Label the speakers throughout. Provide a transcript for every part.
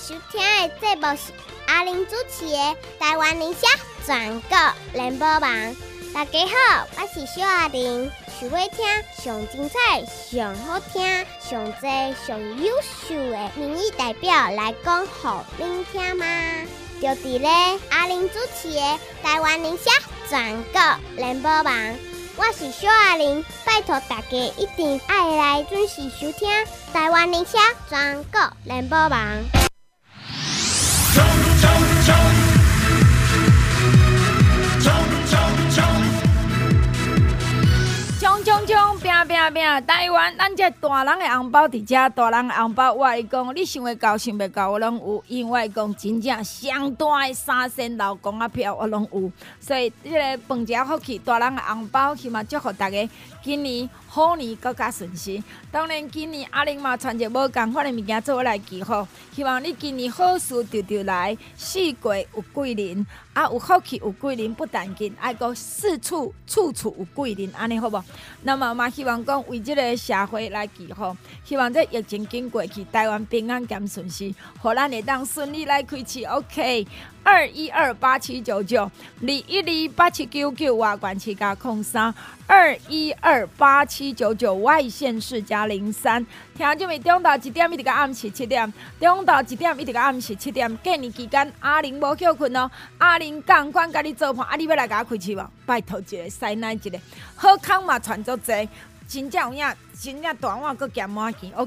Speaker 1: 收听的节目是阿玲主持的《台湾人社全国联播网》。大家好，我是小阿玲。想要听上精彩、上好听、上多、上优秀的民意代表来讲互恁听吗？就伫咧阿玲主持的《台湾人社全国联播网》。我是小阿玲，拜托大家一定爱来准时收听台湾人社全国联播网。
Speaker 2: 冲，拼！台湾，咱这大人的红包伫遮，大人的红包，我会讲，你想会到，想袂到，我拢有，因为我会讲真正上大的3000公仔票，我拢有，所以这个饭食福气，大人的红包，希望祝福大家今年好年更加顺遂。当然，今年阿玲嘛传一无共款的物件做我来祈福，希望你今年好事直来，四过有贵人，有福气有贵人，不但紧，还个处处有贵人，安尼好无？那么嘛，希望讲为这个社会来祈福，希望这疫情经过去，台湾平安兼顺遂，互咱会当顺利来开市。OK，2128799，2128799外管7加03，2128799外县市加03。听众们，中昼1点一直到暗时7点，中昼1点一直到暗时7点。过年期间，阿玲无休困哦，阿玲同款甲你做伴，你要来甲我开市无？拜托一个，塞奶一个，好康嘛传足济。真正有影，真正大碗佫咸满钱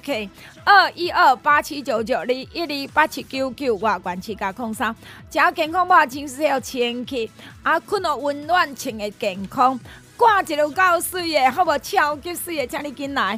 Speaker 2: ，OK，2128799，2128799外管7加03，食健康饱，情绪要清气，困哦温暖，穿的健康，挂一个有够水的，好无超级水的，请你进来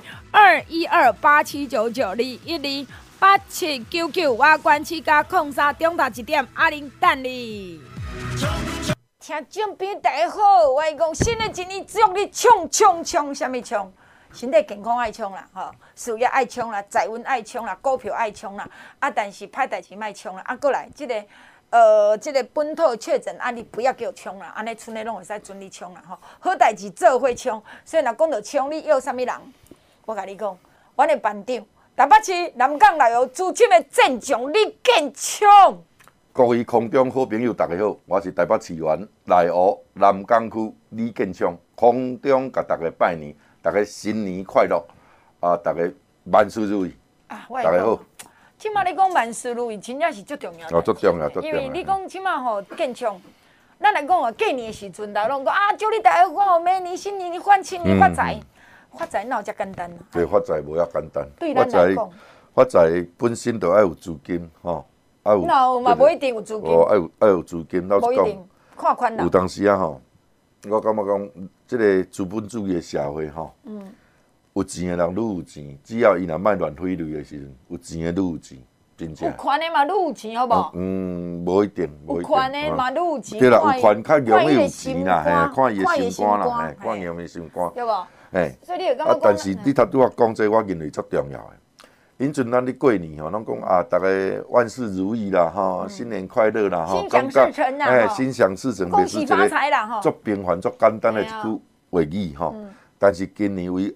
Speaker 2: ，2128799，2128799外管7加03，中昼1点，阿玲等你。听众朋友大家好，我会讲新的一年祝你冲，什么冲？身体健康爱冲啦，事业爱冲啦，财运爱冲啦，股票爱冲啦，但是歹代志莫冲啦，过来这个本土确诊你不要给我冲啦，安尼村内拢会使准你冲啦，好代志做伙冲，所以若讲到冲，你要啥物人？我甲你讲，阮的班长台北市南港内湖资深的镇长李建昌。
Speaker 3: 各位空中好朋友，大家好，我是台北市议员内湖南港区李建昌，空中甲大家拜年，大家新年快乐，大家万事如意。大家好。
Speaker 2: 即马你讲万事如意，真正是最重要的。
Speaker 3: 最重要，
Speaker 2: 因为你讲即马建昌，咱来讲过年的时阵，大家拢讲祝你大家讲明年新年你换新年发财，发财哪有遮简单啊？
Speaker 3: 对，发财无遐简单。
Speaker 2: 对咱来讲，
Speaker 3: 发财本身就要有资金，
Speaker 2: 有嘛，无一定有资金。
Speaker 3: 要有资金，老实讲，
Speaker 2: 看款人。
Speaker 3: 有当时我感觉讲，这个资本主义的社会有钱的人愈有钱，只要伊若莫乱挥泪的时阵，有钱的愈有钱，真正。
Speaker 2: 有权的嘛愈有钱，好无？
Speaker 3: 无一定。
Speaker 2: 有权的嘛愈有钱。
Speaker 3: 对啦，有权较容易有钱啦，看伊的心肝啦，看伊的心肝。
Speaker 2: 对无？所以你就感觉
Speaker 3: 但是你拄我讲这，我认为足重要的。因阵咱咧过年拢讲大家万事如意啦，新年快乐啦，
Speaker 2: 心想事成啦，
Speaker 3: 心想事成，
Speaker 2: 恭喜发财啦，
Speaker 3: 足平凡、足简单的一句话语但是今年为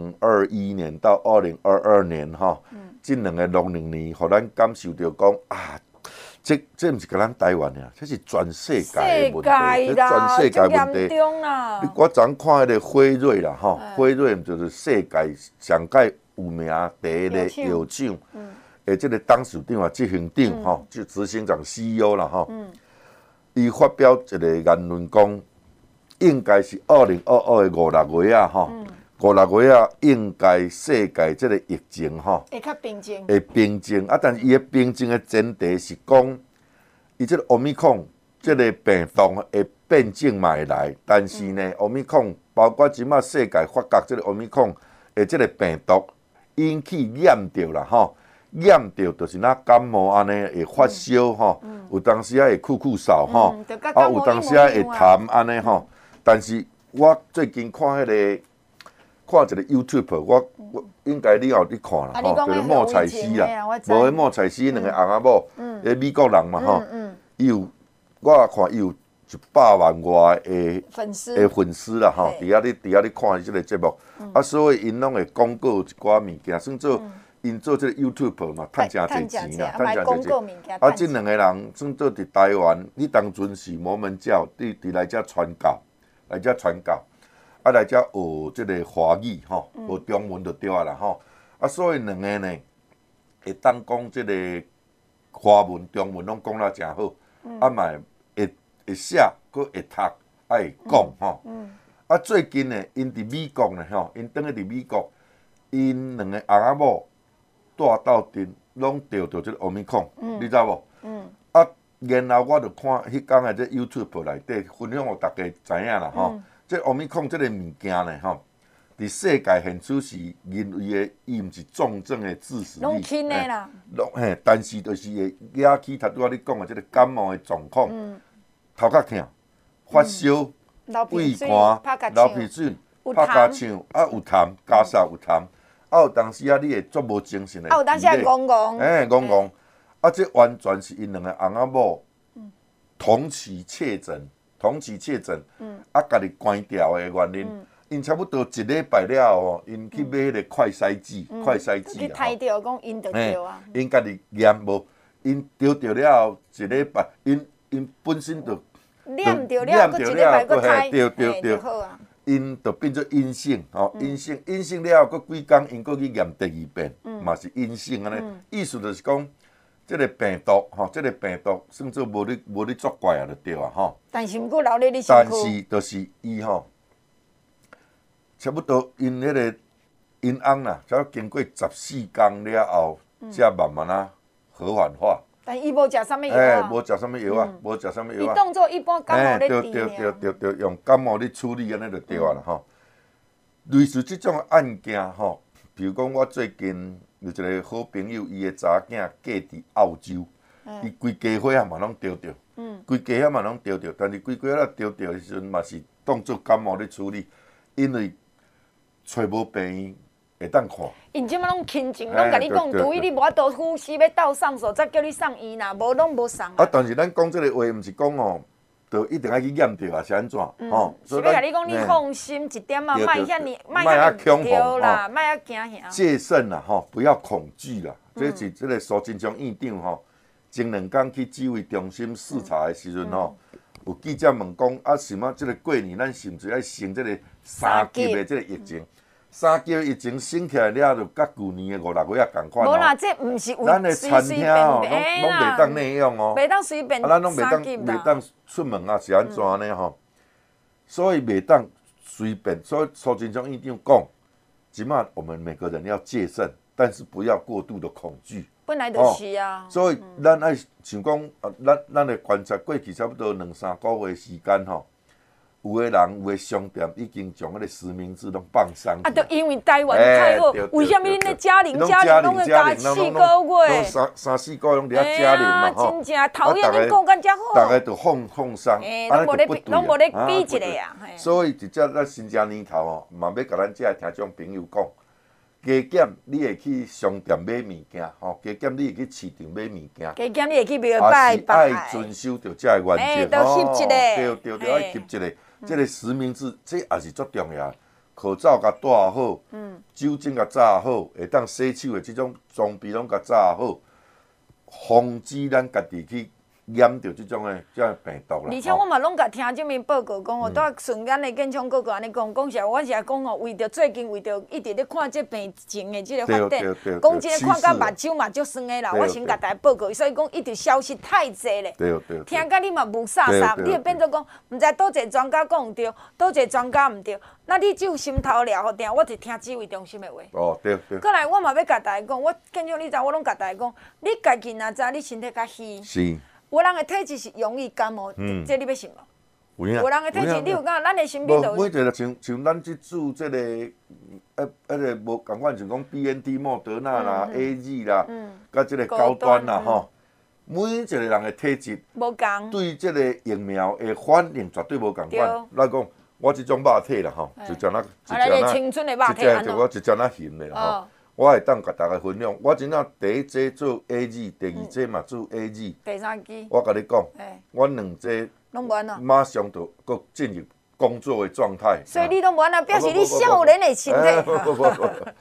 Speaker 3: 2021年到2022年这两个农历年，互咱感受到讲这毋是甲咱台湾呀，这是全世界的问题，全世界问题。我昨看迄个辉瑞啦，辉瑞就是世界上界有名第一个药厂，这个董事长执行长就执行长 CEO 啦伊发表一个言论讲，应该是2022的5、6月5、6月应该世界这个疫情
Speaker 2: 会较平静，
Speaker 3: 平静但是伊的平静的前提是讲，伊这个奥密克戎这个病毒会变种嘛会来，但是呢，奥密克戎包括即马世界发觉这个奥密克戎的这个病毒。引起验着啦验着就是那感冒安尼会发烧有当时会酷嗽有当时会痰安尼但是我最近看一个 YouTube， 我应该你有去看啦就是莫彩希啦，无迄莫彩希两个翁仔某，美国人嘛伊有我看伊有100万外的粉丝啦伫遐咧看即个节目所以因拢会广告一寡物件，算做因做这个 YouTube 嘛，赚真侪钱啦，
Speaker 2: 赚真侪
Speaker 3: 钱。啊，这两个人算做伫台湾，你当阵是摩门教，伫来遮传教，来遮传教，啊来遮学这个华语吼，学中文就对啊啦吼。啊，所以两个呢，会当讲这个华文、中文拢讲得真好，啊嘛会写，佫会读，啊会讲吼。啊，最近呢，因伫美国呢吼，因等去伫美国，因两个翁仔某带斗阵，拢得着这个奥密克戎，你知无？啊，然后我就看迄天的这 YouTube 内底分享，互大家知影啦吼。这奥密克戎这个物件呢吼，伫世界现此时认为的，伊毋是重症的致死率，
Speaker 2: 拢轻的啦。
Speaker 3: 嘿，但是就是会惹起头拄仔你讲的这个感冒的状况，头壳痛、发烧。胃寒、流鼻水、拍家唱，啊有痰，加嗽有痰，啊有当时啊你会足无精神的，
Speaker 2: 啊有当时会戆戆，
Speaker 3: 戆戆，啊这完全是因两个翁仔某同期确诊，啊家己关掉的原因，因差不多一礼拜了哦，因去买迄个快筛剂，
Speaker 2: 去抬着讲因就着啊，
Speaker 3: 因家己验无，因着了后一礼拜，因本身就。
Speaker 2: 念着了，佫一礼拜佫开，对，好啊。
Speaker 3: 因就变做阴性，吼，阴性了后，佫几工，因佫去验第二遍，嘛是阴性安尼。意思就是讲，这个病毒，吼，这个病毒算做无你作怪啊，就对啊，吼。
Speaker 2: 但是毋过留咧你身躯。
Speaker 3: 但是就是伊吼，差不多因迄个因翁啦，才经过14工了后，才慢慢啊和缓化。
Speaker 2: 但伊无食啥物药啊？
Speaker 3: 无食啥物药啊，无食啥物药啊。
Speaker 2: 伊当做一般感冒咧治
Speaker 3: 对，用感冒咧处理安尼就对啊啦吼。类似即种案件吼，比如讲我最近有一个好朋友，伊的查囝嫁伫澳洲，伊规家伙仔嘛拢得着，规家伙嘛拢得着，但是规家伙仔得着的时阵嘛是当做感冒咧处理，因为找无病院。会当看，
Speaker 2: 因即摆拢轻症，拢甲你讲，除非你无法度呼吸要倒送所，才叫你送医啦，无拢无送。
Speaker 3: 啊，但是咱讲即个话，毋是讲哦，就一定要去验着啊，是安怎？吼，
Speaker 2: 是要甲你讲，你放心一点啊，莫遐尼，莫遐恐慌啦，莫遐惊吓。
Speaker 3: 戒慎啦，吼，不要恐惧啦。这是即个苏贞昌院长吼，前2天去指挥中心视察的时阵吼，有记者问讲，啊，想啊，即个过年咱是毋是爱升即个3级的即个疫情？3级疫情升起来了，就甲旧年的5、6月啊共款
Speaker 2: 无啦，这毋是
Speaker 3: 咱的餐厅哦，拢袂当内用哦，
Speaker 2: 袂当随便。
Speaker 3: 咱拢袂当出门啊，是安怎呢吼？所以袂当随便。所以苏贞昌院长讲，即马我们每个人要戒慎，但是不要过度的恐惧。
Speaker 2: 本来就是啊。
Speaker 3: 所以咱爱像讲，咱来观察过去差不多2、3个月时间吼。有个人、有个商店已经将迄个实名制拢放上。
Speaker 2: 啊，就因为台湾太好，为什么恁咧嘉玲拢会加4个月？
Speaker 3: 3、4个月拢伫遐嘉玲嘛吼。
Speaker 2: 真正讨厌恁讲甲遮好。
Speaker 3: 大家就放松，
Speaker 2: 拢无咧比一个啊。
Speaker 3: 所以直接咱新正年头吼，嘛要甲咱遮听众朋友讲，加减你会去商店买物件吼，加减你会去市场买物件，
Speaker 2: 加减你会去庙拜拜，
Speaker 3: 爱遵守着遮个原则
Speaker 2: 吼，
Speaker 3: 对，爱翕一个。这个实名制，这也是足重要。口罩甲戴好，酒精甲炸好，会当洗手的这种装备拢甲炸好，防止咱家己去染着这种的病毒啦。
Speaker 2: 而且我嘛拢甲听这面报告讲哦，带顺眼的健康报告安尼讲实，我是讲哦，为着最近为着一直咧看这病情的这个发展，讲真看甲目睭嘛足酸的啦。我先甲大家报告，所以讲一直消息太济咧。听甲你嘛无啥，你会变做讲，毋知倒一个专家讲有对，倒一个专家毋对。那你只有心头了好定，我就听指挥中心的话。
Speaker 3: 哦，对。
Speaker 2: 过来，我嘛要甲大家讲，我健康你知，我拢甲大家讲，你家己若知你身体较虚。是。有人的体质是容易感冒，这你要信无？有人的体质，你有讲，咱的身边就
Speaker 3: 每一个像咱即注这个，个无共款，像讲 BNT、莫德纳啦、AZ 啦，甲这个高端啦吼，每一个人的体质
Speaker 2: 无共，
Speaker 3: 对这个疫苗的反应绝对无共款。咱讲我即种肉体啦吼，就叫咱
Speaker 2: 青春的肉体
Speaker 3: 就我就叫咱型的啦吼。我会当甲大家分享，我真正第一剂做 AZ， 第二剂嘛做 AZ，
Speaker 2: 第三剂，
Speaker 3: 我甲你讲，我2剂
Speaker 2: 拢完了，
Speaker 3: 马上就佫进入工作的状态。
Speaker 2: 所以你拢完了，表示你少年的身体。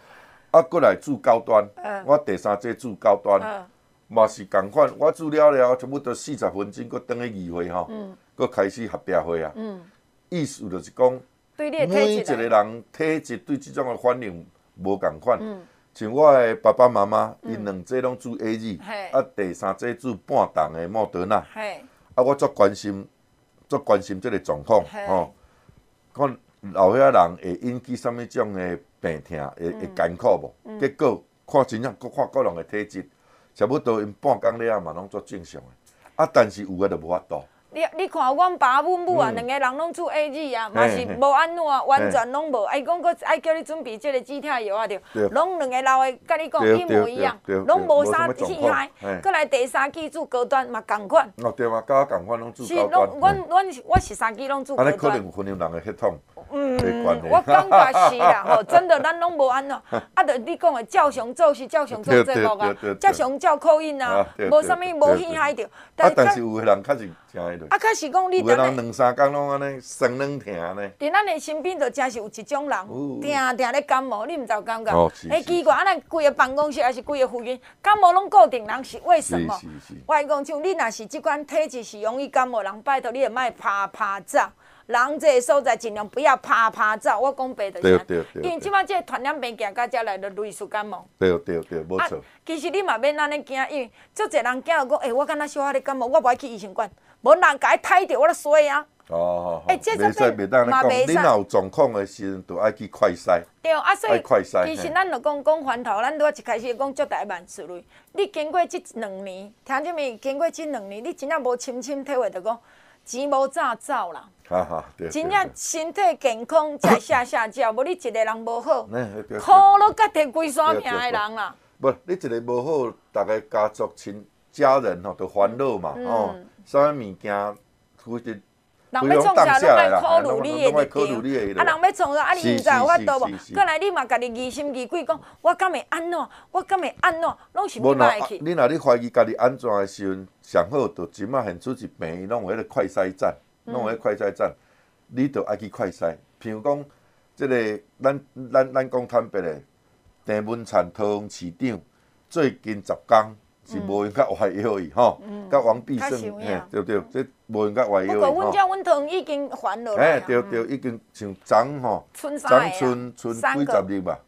Speaker 3: 啊，过来煮高端，我第三节煮高端，嘛是共款，我煮了，差不多40分钟，搁等去议会吼，搁开始合并会啊。意思就是讲，每一个人体质对这种的反应无共款。像我的爸爸妈妈，因两节拢煮 AZ，啊，第三节煮半重的莫德纳。啊，我足关心这个状况吼。看老岁仔人会引起什么种的病痛，会艰苦无？结果看真正看个人的体质，差不多因半工了嘛，拢足正常的。啊，但是有诶就无法度。
Speaker 2: 你看阮爸阮母啊，两个人拢做 AZ 啊，嘛是无安怎，完全拢无。伊讲佫爱叫你准备即个止痛药啊，着，拢两个老的，甲你讲一模一样，拢无啥厉害。佫来第三季做高端嘛共款。
Speaker 3: 哦对嘛，甲我共款拢做高端。
Speaker 2: 我是3季拢做高端。
Speaker 3: 安尼可能有分人的血统。
Speaker 2: 我感觉是啦，吼，真的咱拢无安怎。啊，着你讲的照常做是照常做节目啊，照常照口音啊，无啥物无厉害着。
Speaker 3: 啊，但是有个人确实听迄落。
Speaker 2: 啊，确实讲你。
Speaker 3: 有个人2-3工拢安尼酸软疼呢。
Speaker 2: 伫咱的身边就真是有一种人，定定咧感冒，你毋知有感觉？奇怪，咱规个办公室还是规个附近感冒拢固定人是为什么？我讲像你若是即款体质是容易感冒人，拜托你也莫拍走。人这个所在尽量不要拍走，我讲白就是。因为即摆这个传染病行到遮来，就类似感冒。对，
Speaker 3: 无错。
Speaker 2: 其实你嘛免安尼惊，因为足侪人惊讲，我敢若小可咧感冒，我无爱去医生馆，无人甲伊刣着我咧衰啊。
Speaker 3: 这袂当讲，你若有状况的时阵，就爱去快筛。
Speaker 2: 对啊，所以其实咱就讲环头，咱拄仔一开始讲足大万事类。你经过这2年，听见没？经过这2年，你真正无深深体会着讲，钱无早走啦。真正身体健康才下照，无你一个人无好，苦了甲摕规山拼的人啦。
Speaker 3: 不，你一个无好，大家家族家人吼，都烦恼嘛，啥物件，规日。
Speaker 2: 人要创啥，拢爱考虑你的立场。啊，人要创啥，你毋知有法度无？过来你嘛家己疑心疑鬼，讲我敢会安怎？我敢会安怎？拢是袂歹去。
Speaker 3: 你若你怀疑家己安怎的时阵，上好就即马现出一病院，拢有迄个快筛站，你就爱去快筛。譬如讲，即个咱讲坦白的，郑文灿桃园市长最近10天。是无用甲外腰伊吼，甲王必胜，对，这无用甲外腰伊吼。
Speaker 2: 不过阮桃已经还落来。
Speaker 3: 对，已经像昨吼，昨春几十日吧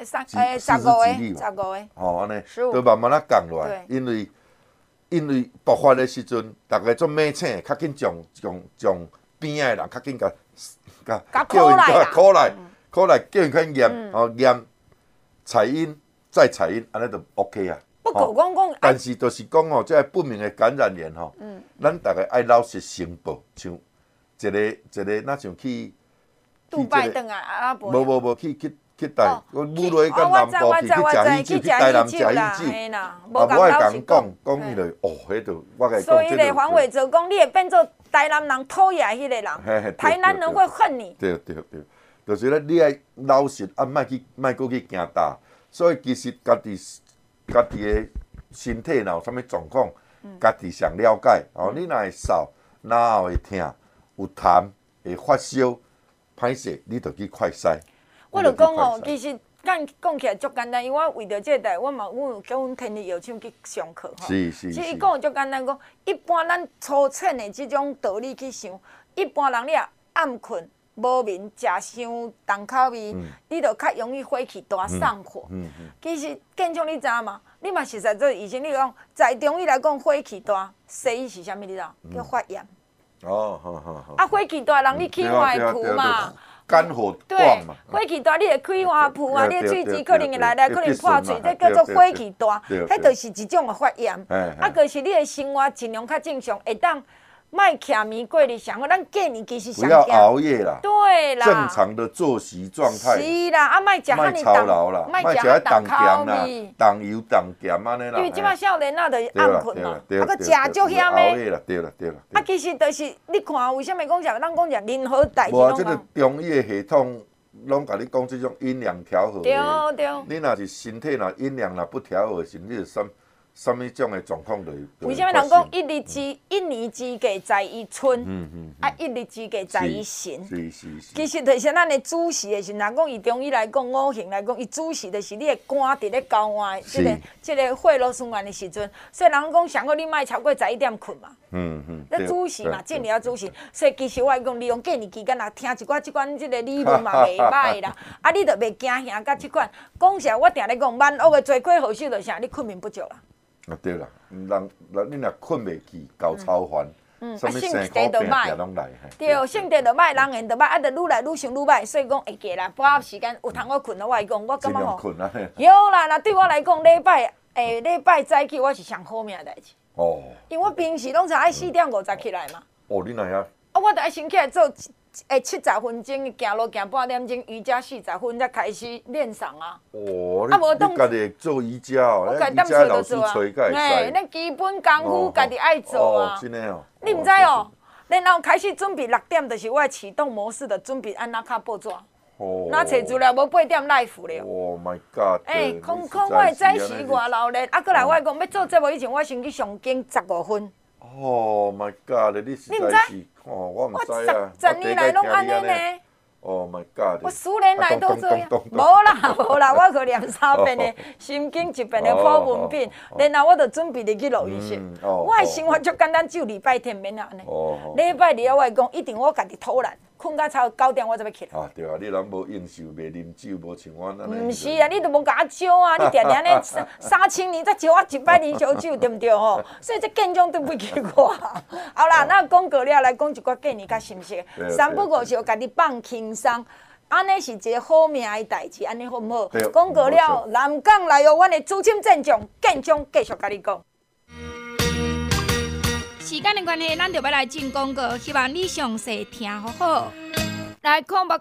Speaker 3: ，45
Speaker 2: 日，
Speaker 3: 吼安尼，都慢慢降落来。因为爆发的时阵，大家做猛请，较紧将边仔的人较紧叫因考来，叫因较验采阴再采阴，安尼就 OK 啊。
Speaker 2: 不过讲，
Speaker 3: 但是就是讲哦，这不明的感染源吼，咱大家爱老实申报，像一个，那像去
Speaker 2: 杜拜等啊，阿拉伯。
Speaker 3: 无去台，我母女甲南部去食去台南食喜酒，啊，我爱讲伊就迄度，我甲伊讲。
Speaker 2: 所以咧，黄伟哲讲，你会变做台南人讨厌迄个人，台南人会恨你。
Speaker 3: 对，就是咧，你爱老实，莫过去惊大，所以其实家己的身体若有啥物状况，家己上了解。你若会扫，哪会痛，有痰，会发烧，歹势，你就去快筛。
Speaker 2: 我就讲吼，其实讲起来足简单，因为我为着这代，阮有叫阮天日药厂去上课吼。
Speaker 3: 是。
Speaker 2: 其实伊讲足简单，讲一般咱粗浅的即种道理去想，一般人你暗困。无眠，食伤重口味，你就较容易火气大、上火。其实建昌你知影嘛？你嘛实在做医生，你讲在中医来讲，火气大，西医是啥物？你知？叫发炎。
Speaker 3: 好。
Speaker 2: 啊，火气大人你气化会浮嘛？
Speaker 3: 肝火旺嘛。
Speaker 2: 火气大，你会气化浮啊，你喙齿可能会来可能破嘴，这叫做火气大。迄就是一种的发炎。啊，就是你的生活尽量较正常，会当。莫徛眠过日上好，咱过年其实上
Speaker 3: 不要熬夜啦。
Speaker 2: 对啦。
Speaker 3: 正常的作息状态。
Speaker 2: 是啦，啊，莫食遐尼
Speaker 3: 操劳啦，莫食遐重咸啦，重油重咸安尼啦。
Speaker 2: 因为即摆少年仔就暗困嘛，啊，佮食足险的。
Speaker 3: 熬夜啦，对啦。
Speaker 2: 啊，其实就是你看，为什么讲咱讲任何代志拢
Speaker 3: 讲。无，这个中医的系统拢甲你讲这种阴阳调和。
Speaker 2: 对。
Speaker 3: 你若是身体若阴阳若不调和，甚至什么种的状况就会
Speaker 2: 为什么人讲一日之计在于春，一日之计在于晨。
Speaker 3: 是。
Speaker 2: 其实就是咱的主事的时，若讲以中医来讲，五行来讲，伊主事就是你的肝伫咧交换即个血路循环的时阵，所以人讲上好你莫超过11点困嘛。咧主事嘛，尽量主事。所以其实我讲利用过年期间，若听一寡即款即个理论嘛，袂歹啦。你着袂惊吓甲即款。讲实我定咧讲，万恶的罪魁祸首就是啥？你困眠不足啦。
Speaker 3: 对啦，你若困袂去，搞超烦，什么生苦病也拢来。
Speaker 2: 对，性地就歹，人缘就歹，就愈来愈想愈歹，所以讲会记啦。把握时间有通我困了，我来讲，我感觉吼，有啦。那对我来讲，礼拜早起我是上好命的代志。因为我平时拢是爱4点50起来嘛。
Speaker 3: 你哪样？
Speaker 2: 我着爱先起来做70分钟，行路行半点钟，瑜伽40分才开始练上啊。
Speaker 3: 你家己做瑜伽哦，瑜伽老师找甲会使。
Speaker 2: 那基本功夫家己爱做啊。
Speaker 3: 真的哦。
Speaker 2: 你毋知哦？然后开始准备6点，就是我启动模式的准备按那卡报纸。那找资料无8点live 了。
Speaker 3: Oh my god！
Speaker 2: 空我的早时偌劳累，过来我讲要做节目以前，我先去上经15分。
Speaker 3: Oh my god！ 你实在是，我唔知啊。
Speaker 2: 我10年来拢安尼呢。
Speaker 3: Oh my god！
Speaker 2: 我10年来都这样。无啦，我去念3遍的心经，1遍的普文品，然后我就准备入去录音室。我的生活足简单，只有礼拜天免安尼。礼拜日我讲一定我家己偷懒。困到超9点，我才要起来。
Speaker 3: 对啊，你人无应酬，袂啉酒，无像我安尼。
Speaker 2: 毋是啊，你都无甲我招啊！你定定安尼3,000年才招我1摆啉烧酒，对毋对吼？所以这健将对不起我。好啦，那讲过了，来讲一寡过年甲心息。三不五时，家己放轻松，安尼是一个好命的代志，安尼好毋好？讲过了，南港来由阮的资深战将健将继续甲你讲。时间的关系，咱就要来进广告，希望你详细听好好。来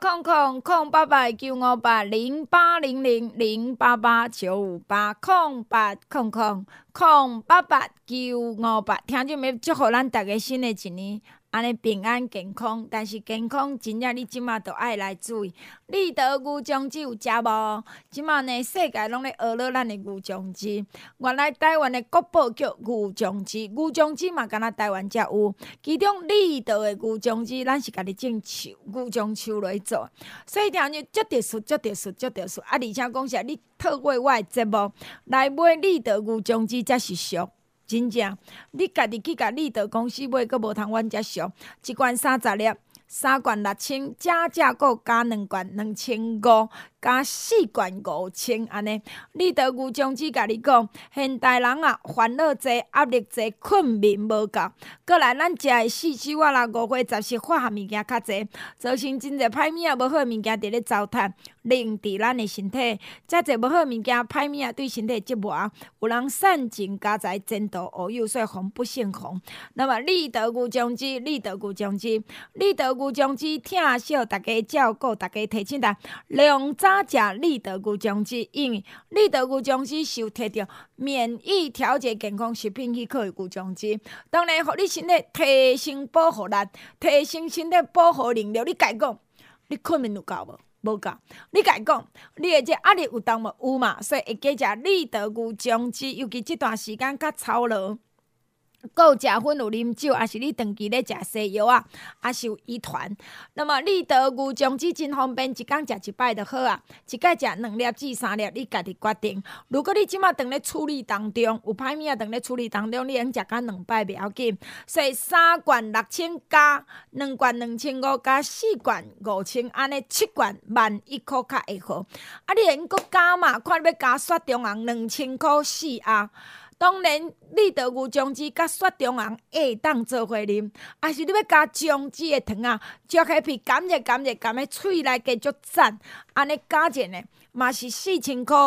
Speaker 2: 0800-958-0888-958-0800-958，听众要祝福咱大家新的一年。安尼平安健康，但是健康真正你即马都爱来注意。立德牛酱汁有食无？即马呢，世界拢咧学了咱的牛酱汁。原来台湾的国宝叫牛酱汁，牛酱汁嘛，敢若台湾才有。其中立德的牛酱汁，咱是家己种牛酱树来做，所以听就足特殊。而且讲实，你透过我的节目来买立德牛酱汁才是俗。真正，你家己去甲立德公司买，阁无通阮遮俗。一罐30粒，3罐6000，加购加2罐2500，加4罐5000，安尼。立德牛酱汁甲你讲，现代人啊，烦恼侪，压力侪，困眠无够。过来，咱食的4周啊啦，5花杂食化学物件较侪，造成真侪歹物啊，无好物件伫咧糟蹋，令伫咱的身体。遮侪无好物件，歹物啊，对身体折磨。有人散尽家财，前途无忧，所以防不胜防。那么，立德牛酱汁，立德牛酱汁，立德牛酱汁，疼惜大家照顾，大家提醒大家，量早食立德牛酱汁，因为立德牛酱汁是有摕到免疫调节健康食品许可的牛酱汁，当然，互你身体提升保护力，提升身体保护能力。你家讲，你困眠有够无？无够。你家讲，你的这压力有当无？有嘛？所以会加食立德牛酱汁，尤其这段时间较操劳。有食薰有啉酒，还是你长期咧食西药啊，还是有遗传。那么立德牛酱汁真方便，一工食1摆就好啊。一摆食2粒至3粒，你家己决定。如果你即马当咧处理当中，有歹物啊当咧处理当中，你用食甲2摆袂要紧。所以3罐6000加2罐2500加4罐5000，安尼7罐11000块较会好。啊，你用搁加嘛？看你要加雪中红2000块4啊。当然，立德牛酱汁甲雪中红会当做伙啉，还是你要加姜汁的糖啊，嚼起皮甘热，的喙内加足赞，安尼加一呢嘛是4000块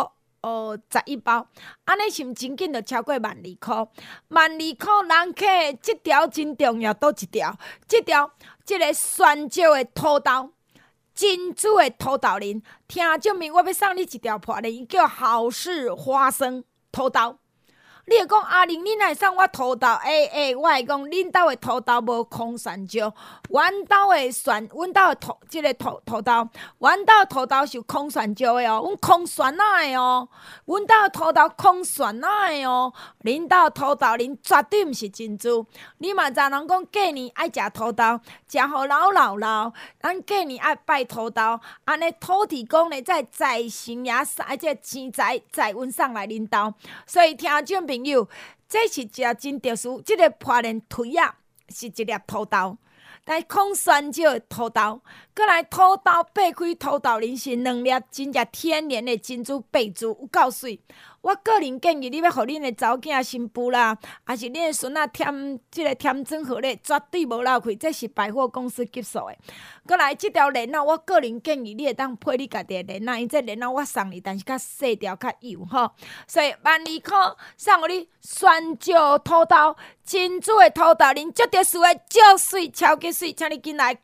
Speaker 2: 11包，安尼是毋真紧就超过12000块，12000块人客这条真重要，倒一条？这条这个酸椒的土豆。珍珠的土豆仁，听证明我要送你一条破的，伊叫好事花生土豆。 你会讲阿玲，你哪会送我土豆？我会讲恁兜的土豆无空酸椒，阮兜的即个土豆，阮兜土豆是有空酸椒的哦，阮空酸奶的哦，阮兜土豆空酸奶的哦，恁兜土豆恁绝对毋是珍珠。你嘛知人讲过年爱食土豆，食互老，咱过年爱拜土豆，安尼土地公呢在财神爷送即个钱财运送来恁兜，所以听众朋友，这是一个真特殊，即个破莲腿啊是一粒土豆。但空酸椒的土豆，搁来土豆掰开土豆仁是2粒真正天然的珍珠贝珠，有够水。我个人建议，你要互恁的查某囝新妇啦，还是恁的孙仔添即个添砖好咧，绝对无漏气，这是百货公司级数的。搁来即条莲仔，我个人建议你会当配你家己的莲仔，因这莲仔我送你，但是较细条较幼吼，所以12块送互你酸椒土豆。珍珠的土豆仁足特殊的，足水，超级水，请你进来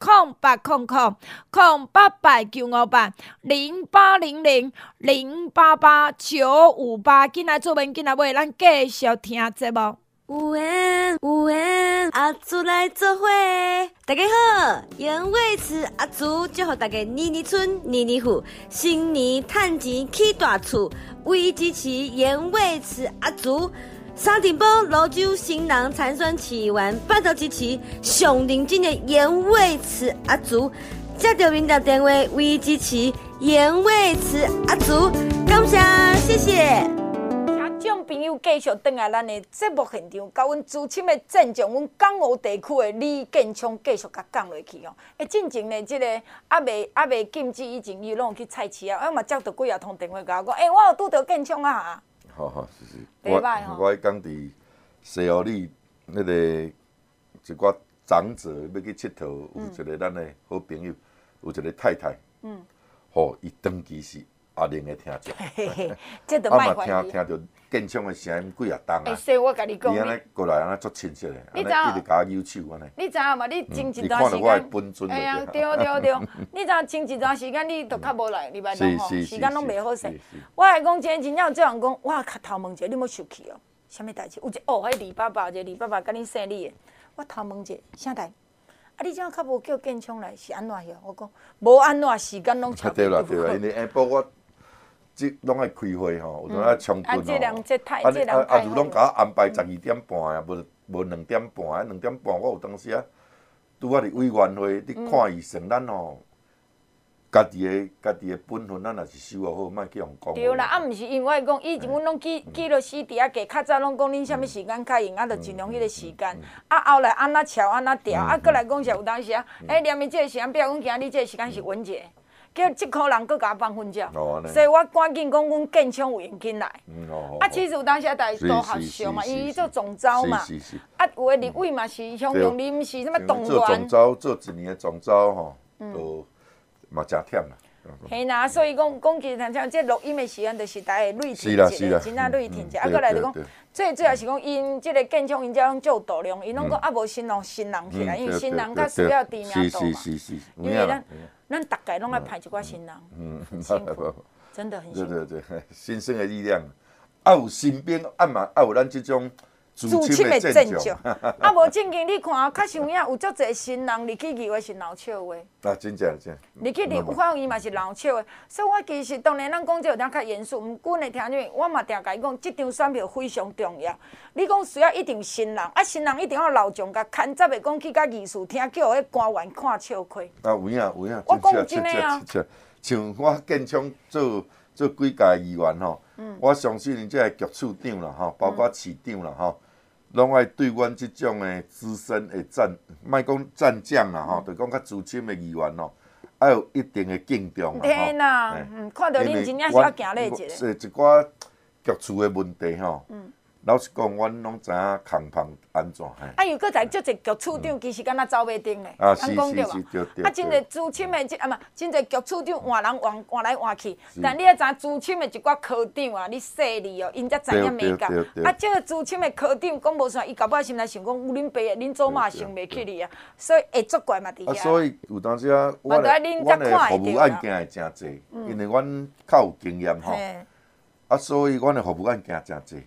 Speaker 2: 0800-0800-0888-958，进来做面，进来买，咱继续听节目。
Speaker 4: 有缘，阿祖来做伙。大家好，盐味池阿祖祝福大家年年春，年年富，新年趁钱起大厝，唯支持盐味池阿祖。沙顶峰泸州新郎产酸起丸半头支持上认真的盐味池阿祖，接到民调电话为支持盐味池阿祖，感谢，谢谢。
Speaker 2: 听众朋友继续回来咱的节目现场，甲阮资深的镇长，阮港澳地区的李建昌继续甲讲落去哦。进前呢，即个未禁止以前，伊拢有去菜市啊，我嘛接到几啊通电话甲我讲，我有拄到建昌啊。
Speaker 3: 好，是。
Speaker 2: 袂歹吼。
Speaker 3: 我迄讲伫西湖里迄个一寡长者要去佚佗，有一个咱的好朋友，有一个太太，伊长期是阿玲的听众，
Speaker 2: 这都卖怀疑。
Speaker 3: 听到建昌的声音几啊档啊，
Speaker 2: 所以我甲你讲，
Speaker 3: 伊安尼过来安尼足亲切的，安尼一直甲我扭手安尼。
Speaker 2: 你知影嘛？你前一段时间，
Speaker 3: 你看到我的本尊
Speaker 2: 呀，对，你知影前一段时间你都较无来，礼拜六吼，时间拢袂好势。我来讲，真正有这人讲，我头问者，你要生气哦？啥物代志？有一迄李爸爸，一个李爸爸甲恁姓李的，我头问者，啥代？你怎较无叫建昌来？是安怎样？我讲无安怎，时间拢差不多。
Speaker 3: 对啦，因为下晡我即拢爱开会吼，有阵爱冲顿吼。
Speaker 2: 这人太
Speaker 3: 如拢甲我安排12点半啊，无2点半啊，2点半我有当时啊，拄啊伫委员会，你看伊成咱吼。家己的本分，咱也是守好，莫去互讲。
Speaker 2: 对啦，毋是因为讲以前阮拢记落死伫遐过，较早拢讲恁啥物时间较用，就尽量迄个时间。后来安怎调安怎调，过来讲是有当时连伊即个时间表，阮今日即个时间是稳者，叫即箍人搁甲我放混照，所以我赶紧讲阮建昌有闲紧来。其实有当时大家都合相嘛，伊做总召嘛，有诶立委嘛是乡长，你毋是什么动员。
Speaker 3: 做总召，做1年的总召吼，都。嘛真忝啦，
Speaker 2: 嘿啦，所以讲其实像这录音的时间，就是大家累停一下，真正累停一下。过来就讲，最后是讲因这个建昌因遮拢足有度量，因拢讲无新郎起来，因为新郎较需要知名度嘛。是，因为咱大概拢爱派一寡新郎，辛苦，真的很辛苦。
Speaker 3: 对，新生的力量，有新兵，嘛有咱这种。自亲的阵仗，
Speaker 2: 无正经你看，较像影有足侪新人入去议会是闹笑话。
Speaker 3: 真正。
Speaker 2: 入去有法院嘛是闹笑话，所以我其实当然咱讲这有点较严肃，毋过呢，听众我嘛定甲伊讲，这张选票非常重要。你讲需要一定新人，新人一定要老将甲牵则袂讲去甲议事厅叫迄官员看笑亏。
Speaker 3: 有影。
Speaker 2: 我讲真诶啊。
Speaker 3: 像我建昌做几届议员吼，我相信人这局处长啦吼，包括市长啦吼。拢爱对阮即种的资深的莫讲战将啦吼，就讲较资深的议员吼，爱有一定的敬重啦吼。
Speaker 2: 天哪，看到恁真正是要行礼节的。
Speaker 3: 一寡局处的问题吼，老实讲，阮拢知影空芳安怎
Speaker 2: 又搁在足一局处长，其实敢若走马灯咧，
Speaker 3: 是
Speaker 2: 对。真侪资深的真侪局处长换人换来换去，但你要知资深的一寡科长啊，你细腻哦，因才知影美感。这个资深的科长讲无啥，伊搞不好心内想讲，有恁爸恁祖妈想袂起你啊，所以会作怪嘛伫遐。
Speaker 3: 所以有当时啊，阮的服务案件会真侪，因为阮较有经验吼，所以阮的服务案件真侪。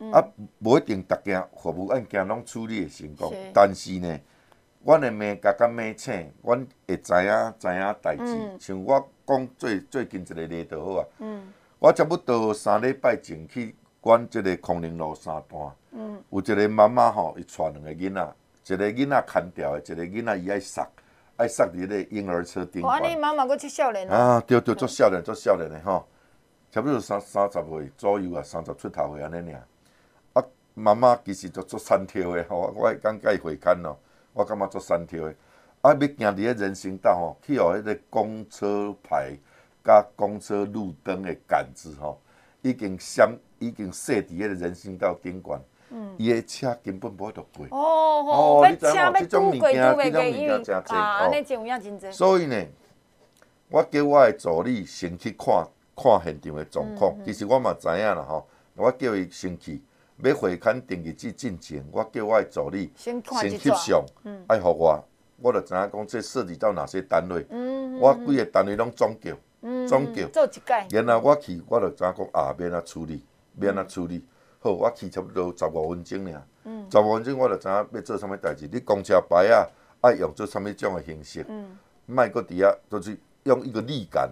Speaker 3: 啊，无一定逐件服务案件拢处理会成功，但是呢，阮的骂甲甲骂请，阮会知影代志。像我讲最近一个例就好啊。我差不多3礼拜前去阮即个康宁路3段，有一个妈妈吼，伊带2个囡仔，一个囡仔牵掉的，一个囡仔伊爱塞伫咧婴儿车顶。
Speaker 2: 安尼妈妈阁足少年
Speaker 3: 啊，对，足少年的吼，差不多30岁左右啊，30出头岁安尼尔。啊，妈妈其实足善跳的吼，我刚甲伊会看咯，我感觉足善跳的。啊，要行伫咧人行道吼，去互迄个公车牌甲公车路灯的杆子吼，已经设伫迄个人行道顶悬。伊的车根本无法度过。
Speaker 2: 哦，
Speaker 3: 你知影无？即种物件真侪。
Speaker 2: 安尼真有影真侪。
Speaker 3: 所以呢，我叫我的助理先去看现场的状况。其实我嘛知影啦吼，我叫伊先去，要会刊登记进前，我叫我的助理先翕相，爱互我就知影讲这涉及到哪些单位。我几个单位拢总叫，
Speaker 2: 做一届。
Speaker 3: 然后我去，我就知影讲要安怎处理。好，我去差不多15分钟尔，15分钟我就知影要做啥物代志。你公车牌啊，爱用做啥物种的形式，莫搁伫遐，就是用一个立杆，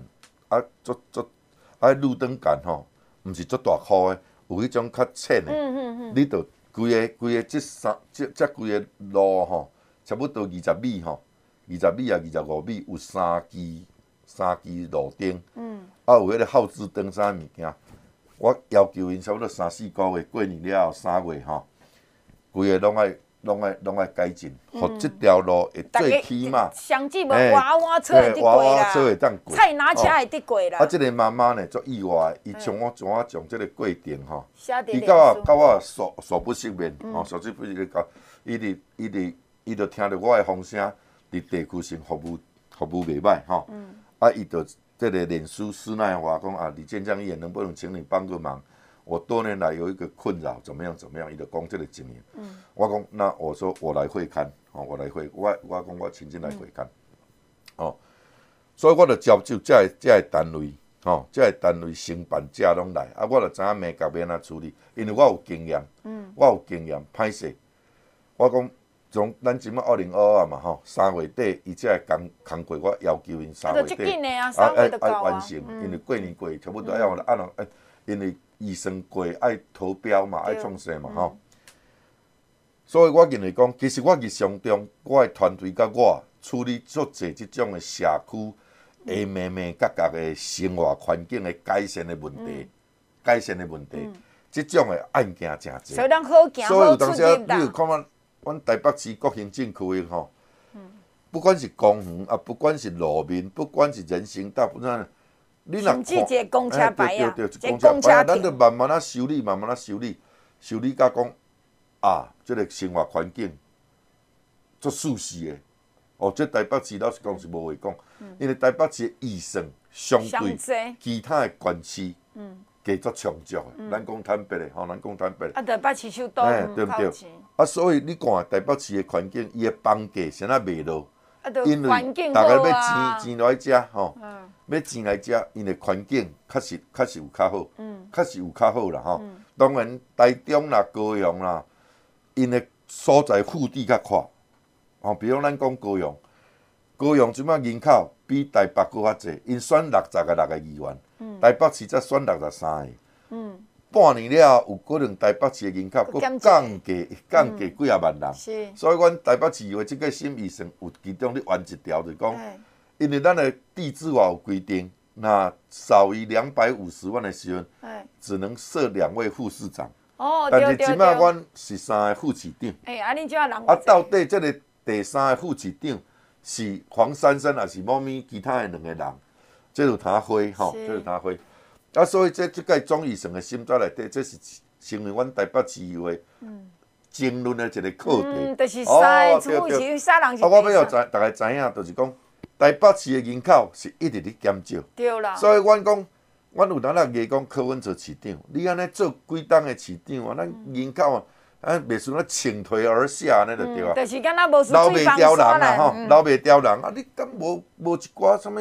Speaker 3: 路灯杆吼，毋是足大箍的，有迄种较浅的，你着规个这规个路吼，差不多20米吼，20米啊25米有3支路灯，有迄个号志灯啥物件。我要求因差不多3-4个月过年了后3月吼，规个拢爱改进，互即条路会最起码
Speaker 2: 上至无娃娃车会得过啦，菜拿车会得过啦。
Speaker 3: 啊，即个妈妈呢，足意外，伊像我将即个过程吼，伊
Speaker 2: 甲
Speaker 3: 我素不相免，素不相免甲伊就听着我的风声，伫地区性服务袂歹吼，啊，伊就。这个脸书施耐华讲啊，李建江议员能不能请你帮个忙？我多年来有一个困扰，怎么样？伊就讲这个经验。我讲那我说我来会看，我来会，我讲我亲自来会看，所以我就招就这个单位，这个单位承办者拢来，啊，我就知影美甲要安怎处理，因为我有经验，歹势，我讲。从咱即马2022嘛吼，3月底伊才会工过，我要求因3月底爱完成，因为过年过差不多要因为预算过爱投标嘛，爱创啥嘛吼。所以我认为讲，其实我日常中，我的团队甲我处理足侪即种的社区的角的生活环境的改善的问题，即种的案件真侪。
Speaker 2: 所以咱好行好出入
Speaker 3: 你有看嘛？阮台北市国行政区的吼，不管是公园啊，不管是路面，不管是人行道，你若看，
Speaker 2: 一个公车牌啊，
Speaker 3: 一个公车牌，咱就慢慢啊修理，修理甲讲即个生活环境足舒适的。这台北市老实讲是无话讲，因为台北市的预算相对其他的县市。加足充足的，咱讲坦白的吼，
Speaker 2: 啊，台北市首都
Speaker 3: 对不对？啊，所以你看台北市的环境，伊的房价先仔袂落，因为大家要钱来食吼，要钱来食，因为环境确实有较好啦吼。当然台中啦、高雄啦，因的所在腹地较宽，比如咱讲高雄即摆人口比台北搁较济，因选60个议员。台北市才选63个，半年了有可能台北市的人口佫降低几啊万人，所以阮台北市的即个新预算有其中咧完一条，就是讲，因为咱的地质法有规定，那少于250万的时阵，只能设2位副市长。但是即摆阮是3个副市长。到底这个第3个副市长是黄珊珊还是猫咪其他的2个人？这有通花吼，啊，所以这届总预算的心态内底，这是成为阮台北市的争论的一个课题。
Speaker 2: 就是三个主是三人是。
Speaker 3: 我要大家知影，就是讲台北市的人口是一直咧减少。
Speaker 2: 对啦。
Speaker 3: 所以阮讲，阮有当咧讲柯文哲市长，你安尼做几档的市长啊？咱人口袂输咱倾颓而下安尼就对啊。
Speaker 2: 就是敢若无输
Speaker 3: 老袂刁人啊吼，老袂刁人啊！你敢无一寡啥物？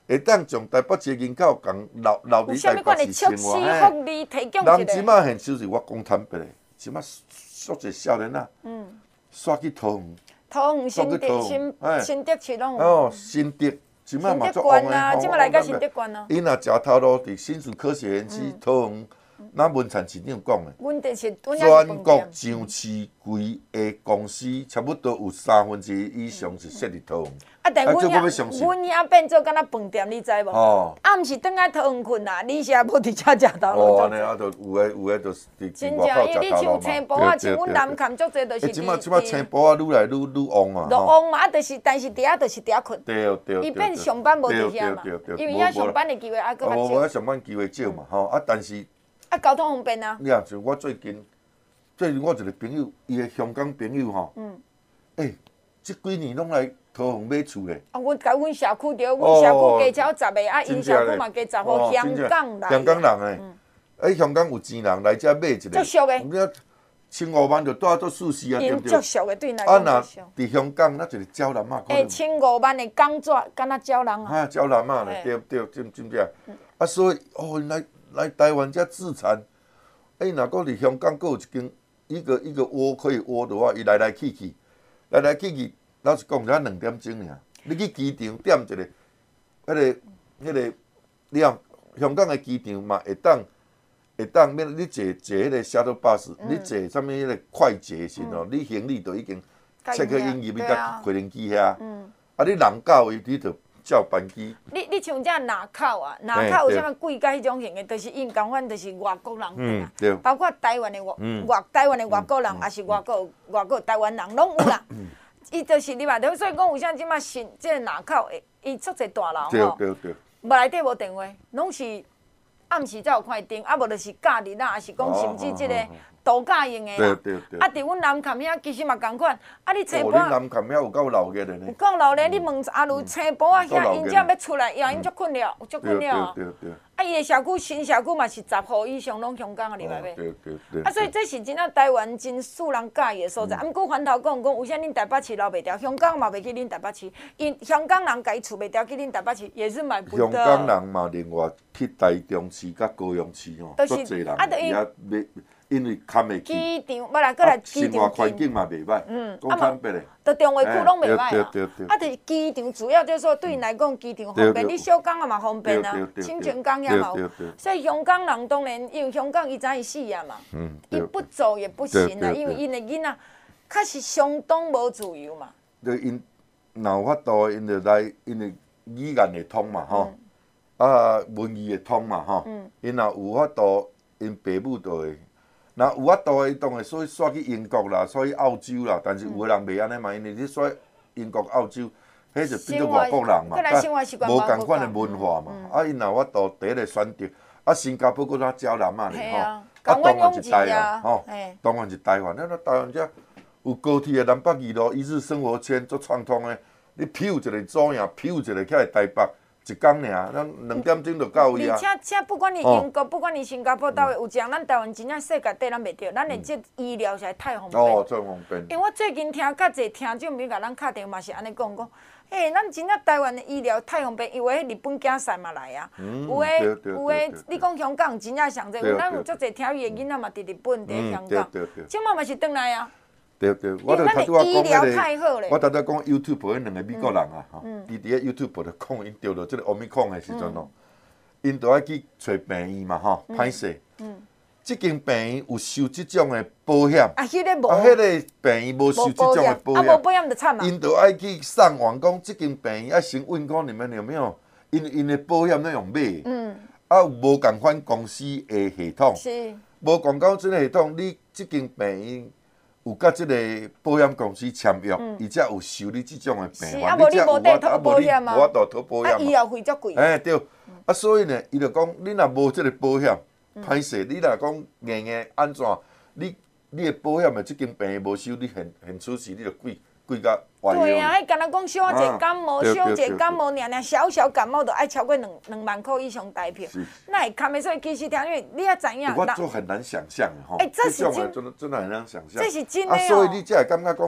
Speaker 3: 会当从台北市的人口共留
Speaker 2: 有
Speaker 3: 伫
Speaker 2: 啥物款的
Speaker 3: 台北市
Speaker 2: 措施
Speaker 3: 生活。
Speaker 2: 福利提供
Speaker 3: 人
Speaker 2: 一个？
Speaker 3: 即马现就是我讲坦白的，即马足侪少年仔，煞去桃园，
Speaker 2: 桃园新
Speaker 3: 去桃园
Speaker 2: 德新德市拢有。
Speaker 3: 哦，新德，即马嘛
Speaker 2: 新德
Speaker 3: 足旺
Speaker 2: 县啊，
Speaker 3: 的。
Speaker 2: 即马来到新德县啊。
Speaker 3: 伊若食头路伫新竹科学园区桃园，咱文产市长讲的。
Speaker 2: 阮就是阮也是
Speaker 3: 全国
Speaker 2: 饭店。
Speaker 3: 上市贵的公司，差不多有1/3以上是设伫桃园。
Speaker 2: 啊，但
Speaker 3: 这我要
Speaker 2: 阮
Speaker 3: 相信
Speaker 2: 遐变做敢若饭店，你知无？
Speaker 3: 哦。
Speaker 2: 暗时转来桃园困啦，你是也无伫遮食头
Speaker 3: 哦，
Speaker 2: 路。
Speaker 3: 安尼啊，就有诶，就是伫
Speaker 2: 真正，
Speaker 3: 外口
Speaker 2: 因为你像
Speaker 3: 食头路嘛。
Speaker 2: 青埔啊，像阮南崁足济就是
Speaker 3: 即马青埔啊，愈来愈旺啊。
Speaker 2: 落旺嘛，啊，就是但是伫遐就是伫遐困。
Speaker 3: 对。
Speaker 2: 伊变上班无伫遐嘛，因为遐上班的机会还佫较少。
Speaker 3: 无遐上班机会少嘛，吼啊，但是。
Speaker 2: 啊，交通方便啊。
Speaker 3: 你啊，像我最近我一个朋友，伊的香港朋友吼。即几年拢来桃园买厝咧。
Speaker 2: 啊，阮甲阮社区着，阮社区加超10个，啊，因社区嘛加10户香港来。
Speaker 3: 香港人诶，香港有钱人来遮买一个。
Speaker 2: 足俗诶。
Speaker 3: 你1,50000就带做舒适啊，对不对？
Speaker 2: 足俗诶，对来
Speaker 3: 讲
Speaker 2: 足俗。
Speaker 3: 伫香港，那一个鸟男啊，可能。
Speaker 2: 1,500,000的港纸，敢若鸟人啊。
Speaker 3: 鸟男啊咧，对，真正。啊，所以来台湾遮自产，若讲伫香港，佫有一间一个窝可以窝的话，伊来去去，老实讲，才2点钟尔。你去机场点一个，迄个，你看香港的机场嘛，会当免你坐迄个shuttle bus，你坐啥物迄个快捷的时候，你行李就已经check in入去甲飞行机遐。啊，你人到位，你就叫班机。
Speaker 2: 你像遮南口啊，南口有啥物贵甲迄种型的，就是因共款，就是外国人啊，包括台湾的台湾的外国人，也是外国台湾人拢有啦。伊就是你嘛，所以讲有啥即马新即个南口，伊足侪大楼吼，无内底无电话，拢是暗时才有快订，啊无就是假日啦，也是讲甚至即个度假用的啦。啊，伫阮南崁遐其实嘛共款，啊你青埔
Speaker 3: 你南崁遐有够老个咧。
Speaker 2: 有够老咧，你问阿如青埔啊遐，因遮要出来，因足困了，足困了。啊，伊的社区新社区嘛是10户以上拢香港的入来买。啊，所以这是真正台湾真素人介意的所在。啊，毋过反头讲，为啥恁台北市留袂掉？香港嘛袂去恁台北市，因香港人家厝袂掉去恁台北市，也是买不到。
Speaker 3: 香港人嘛，另外去台中市甲高雄市吼，足侪人遐买，因为看袂起。
Speaker 2: 机场，无啦，过来机场
Speaker 3: 生活环境嘛袂歹，讲坦白嘞。
Speaker 2: 都中华区拢袂歹啊。
Speaker 3: 对。
Speaker 2: 啊，就是机场主要就是说对因来讲，机场方便，你小港啊嘛方便啊，清泉港遐嘛有。所以香港人当然，因为香港伊早伊死啊嘛，伊不走也不行啊，因为因的囡仔确实相当无自由嘛。
Speaker 3: 就因若有法度，因就来，因的语言会通嘛吼，啊文字会通嘛吼，因若有法度，因爸母就会。若有法度，伊当然所以煞去英国啦，所以澳洲啦，但是有个人袂安尼嘛，因为你煞英国、澳洲，迄就变做外国人嘛，无共款的文化嘛。啊，因若有法度，第一个选择，啊，新加坡搁较少人嘛咧吼，啊，当然是台湾吼，当然是台湾。咱台湾遮有高铁的南北二路一日生活圈足畅通的，你票一个左营，票一个起来台北。一工尔，咱2点钟就到位啊！
Speaker 2: 而且不管你英国，不管你新加坡倒位，有一样咱台湾真正世界底咱袂着，咱的这医疗实在太方便。
Speaker 3: 哦，最方便。
Speaker 2: 因为我最近听较侪听众朋友甲咱敲电话，嘛是安尼讲，咱真正台湾的医疗太方便，因为迄日本竞赛嘛来啊。有诶，你讲香港真正上济，咱有足侪听伊的囡仔嘛伫日本伫香港，即马嘛是转来啊。
Speaker 3: 对，我著头拄仔讲
Speaker 2: 迄个，
Speaker 3: 我头拄讲 YouTube 迄2个美国人啊，吼，伊伫个 YouTube 著讲因着着即个奥密克戎的时阵咯，因著爱去找病院嘛，吼，歹势。即间病院有收即种的保险，
Speaker 2: 啊，迄个无，
Speaker 3: 啊，迄个病院无收即种的保险，
Speaker 2: 啊，无保险就惨啊。
Speaker 3: 因著爱去上网讲，即间病院要先问讲你们有没有，因的保险咧用买，啊，有无共款公司的系统，
Speaker 2: 是，
Speaker 3: 无共款即个系统，你即间病院。有甲即个保险公司签约，伊才有收你即种的病患，
Speaker 2: 你才有法度保险嘛。
Speaker 3: 无法度投保险嘛。
Speaker 2: 啊，医药费足贵。
Speaker 3: 对，啊，所以呢，伊就讲，你若无即个保险，歹势，你若讲硬安怎，你的保险的即间病院无收，你现出事，你就贵甲歪了。
Speaker 2: 对啊，迄敢若讲小一个感冒，小一个感冒，小小感冒就爱超过2万块以上台票，那会堪的。所以其实听，因为你也知影，
Speaker 3: 我就很难想象吼。
Speaker 2: 这是
Speaker 3: 真的很难想象。
Speaker 2: 这是真的哦。
Speaker 3: 所以你才会感觉讲，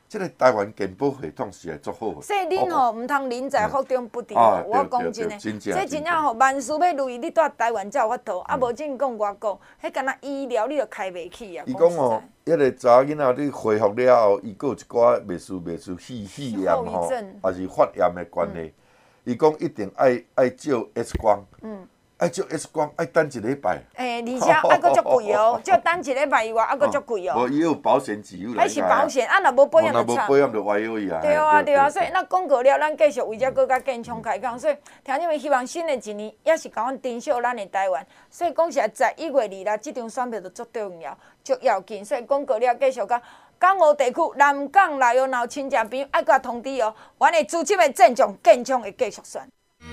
Speaker 3: 这个台湾健保系统是会足好的。
Speaker 2: 所以恁吼唔通人在福中不知福，我讲真诶，这真正吼万事要如意，你住台湾才有法度，啊无正讲外国，迄敢若医疗你就开袂起啊。
Speaker 3: 伊讲哦，迄个查囡仔你恢复了后，伊佫有一寡袂输肺炎吼，还是发炎的关系。伊讲一定爱照 X 光。爱照 X 光，爱等一礼拜。
Speaker 2: 而且还佫足贵哦，照等一礼拜以外，还佫足贵哦。
Speaker 3: 无，伊有保险自由啦。
Speaker 2: 还是保险，啊，若无保险就惨。
Speaker 3: 无保险就歪腰伊啊。
Speaker 2: 对啊，对啊，所以咱广告了，咱继续为遮更加健康开讲。所以，听你们希望新的一年也是甲阮珍惜咱的台湾。所以讲实在，11月26这张选票就足重要、足要紧。所以广告了继续甲港澳地区、南港来哦，若有亲戚朋友爱甲通知哦，阮的资深的镇长健康会继续选。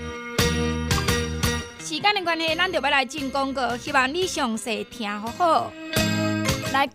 Speaker 2: 时间的关系，咱就要来进广告，希望你详细听好好。来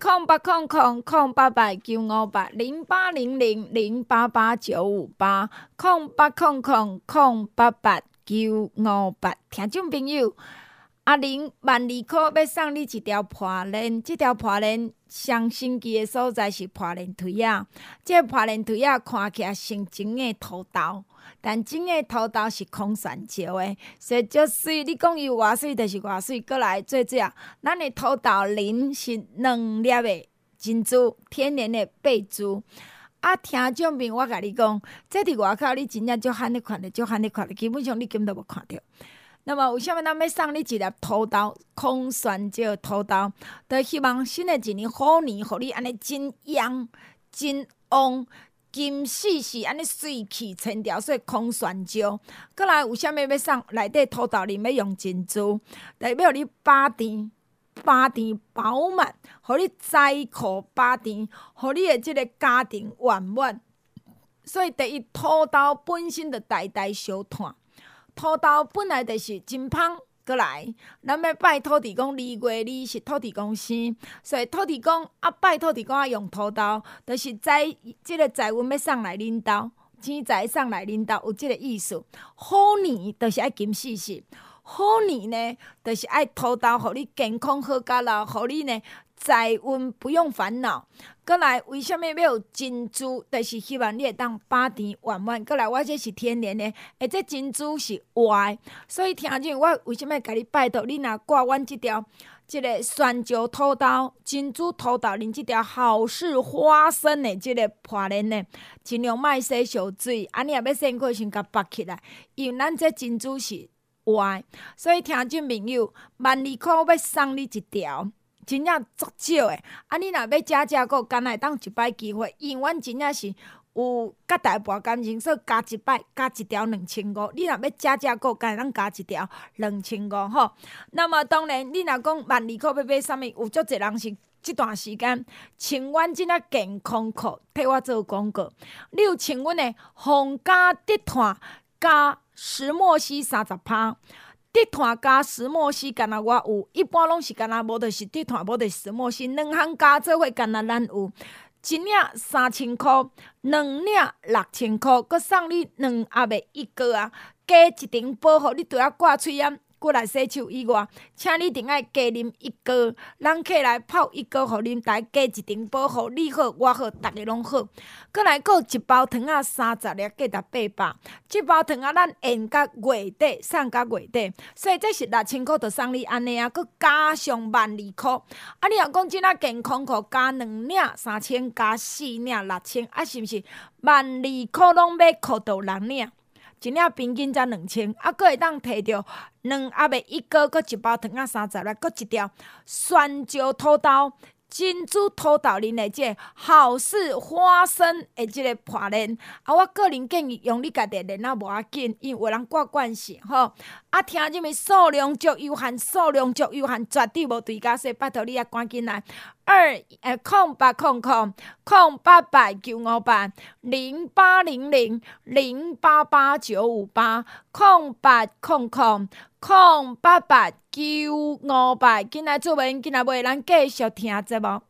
Speaker 2: 0800-088-958，0800-088-958，听众朋友。阿玲12000块要送你一条破链，这条破链上神奇的所在是破链腿啊！这破链腿啊看起来像真的土豆，但真的土豆是空酸石的，所以足水。你讲伊偌水，就是偌水。过来做这，咱的土豆磷是2粒的珍珠，天然的贝珠。啊，听众朋友，我甲你讲，这伫外口你真正足罕咧看着，基本上你根本都无看到。那么，为什么咱要送你一粒土豆空酸石土豆？就希望新的一年虎年，互你安尼真阳、真旺、金丝是安尼水气千条，所以空酸石。过来有啥物要送？内底土豆里要用珍珠，代表你饱甜饱满，互你财库饱甜，互你的即个家庭圆满。所以第一，土豆本身就代代相传。土豆本来就是真芳，过来，咱要拜土地公，2月2是土地公生，所以土地公拜土地公用土豆，就是即个财运要送来恁兜，钱财送来恁兜，有即个意思。虎年就是爱金丝是，虎年呢就是爱土豆，互你健康好甲老，互你呢财运不用烦恼。过来，为什么要有珍珠？就是希望你会当饱甜圆满。过来，我这是天然的，而这珍珠是活的，所以听见我为什么甲你拜托？你若挂阮即个酸石土豆、珍珠土豆磷即条好事花生的即个破链呢，尽量莫洗烧水，安尼也要先过先甲拔起来，因为咱这珍珠是活的，所以听众朋友，12000块要送你一条。真正足少诶！啊，你若要加个，敢若会当一摆机会，因为阮真正是有甲大半感情，所以加一摆加一条2500。你若要加个，敢会当加一条2500吼。那么当然，你若讲12000块要买啥物，有足侪人是即段时间穿阮即个健康裤替我做广告。你有穿阮的皇家地毯加石墨烯30%。地毯加石墨烯，敢若我有，一般拢是敢若无就是地毯，无就是石墨烯，两项加做伙敢若咱有。一领3000块，2领6000块，佮送你2盒的1个啊，加一顶保护，你除了挂喙烟。过来洗手以外，请你一定爱加啉1个，咱客来泡1个，互啉，大家加一顶保护，你好我好，大家拢好。过来还有一包糖仔30粒，价800。这包糖仔咱延到月底，送到月底，所以这是6000块，就送你安尼啊，佮加上12000块。啊，你若讲即仔健康裤加2领3000，加4领6000，啊，是毋是12000块拢买裤到6领？一领平均才2000，啊，佫会当摕着2盒的1个，佫一包糖仔30粒，佫一条酸石土豆、珍珠土豆磷的这好事花生的这个破链。啊，我个人建议用你家己链啊，无要紧，因为有人挂惯势吼。啊，听入面数量足有限，绝对无对价，所以拜托你啊，赶紧来。0800-088-958，0800-088-958，紧来做文，紧来买，咱继续听节目。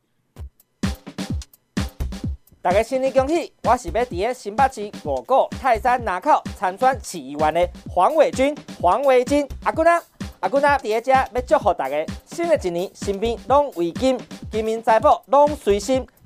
Speaker 5: 大家新年恭喜！我是要伫个新北市五股泰山拿口参选市议员的黄伟军、黄维金阿君啊！阿君啊，伫个遮要祝福大家，新的一年身边拢为金，金银财宝拢随心，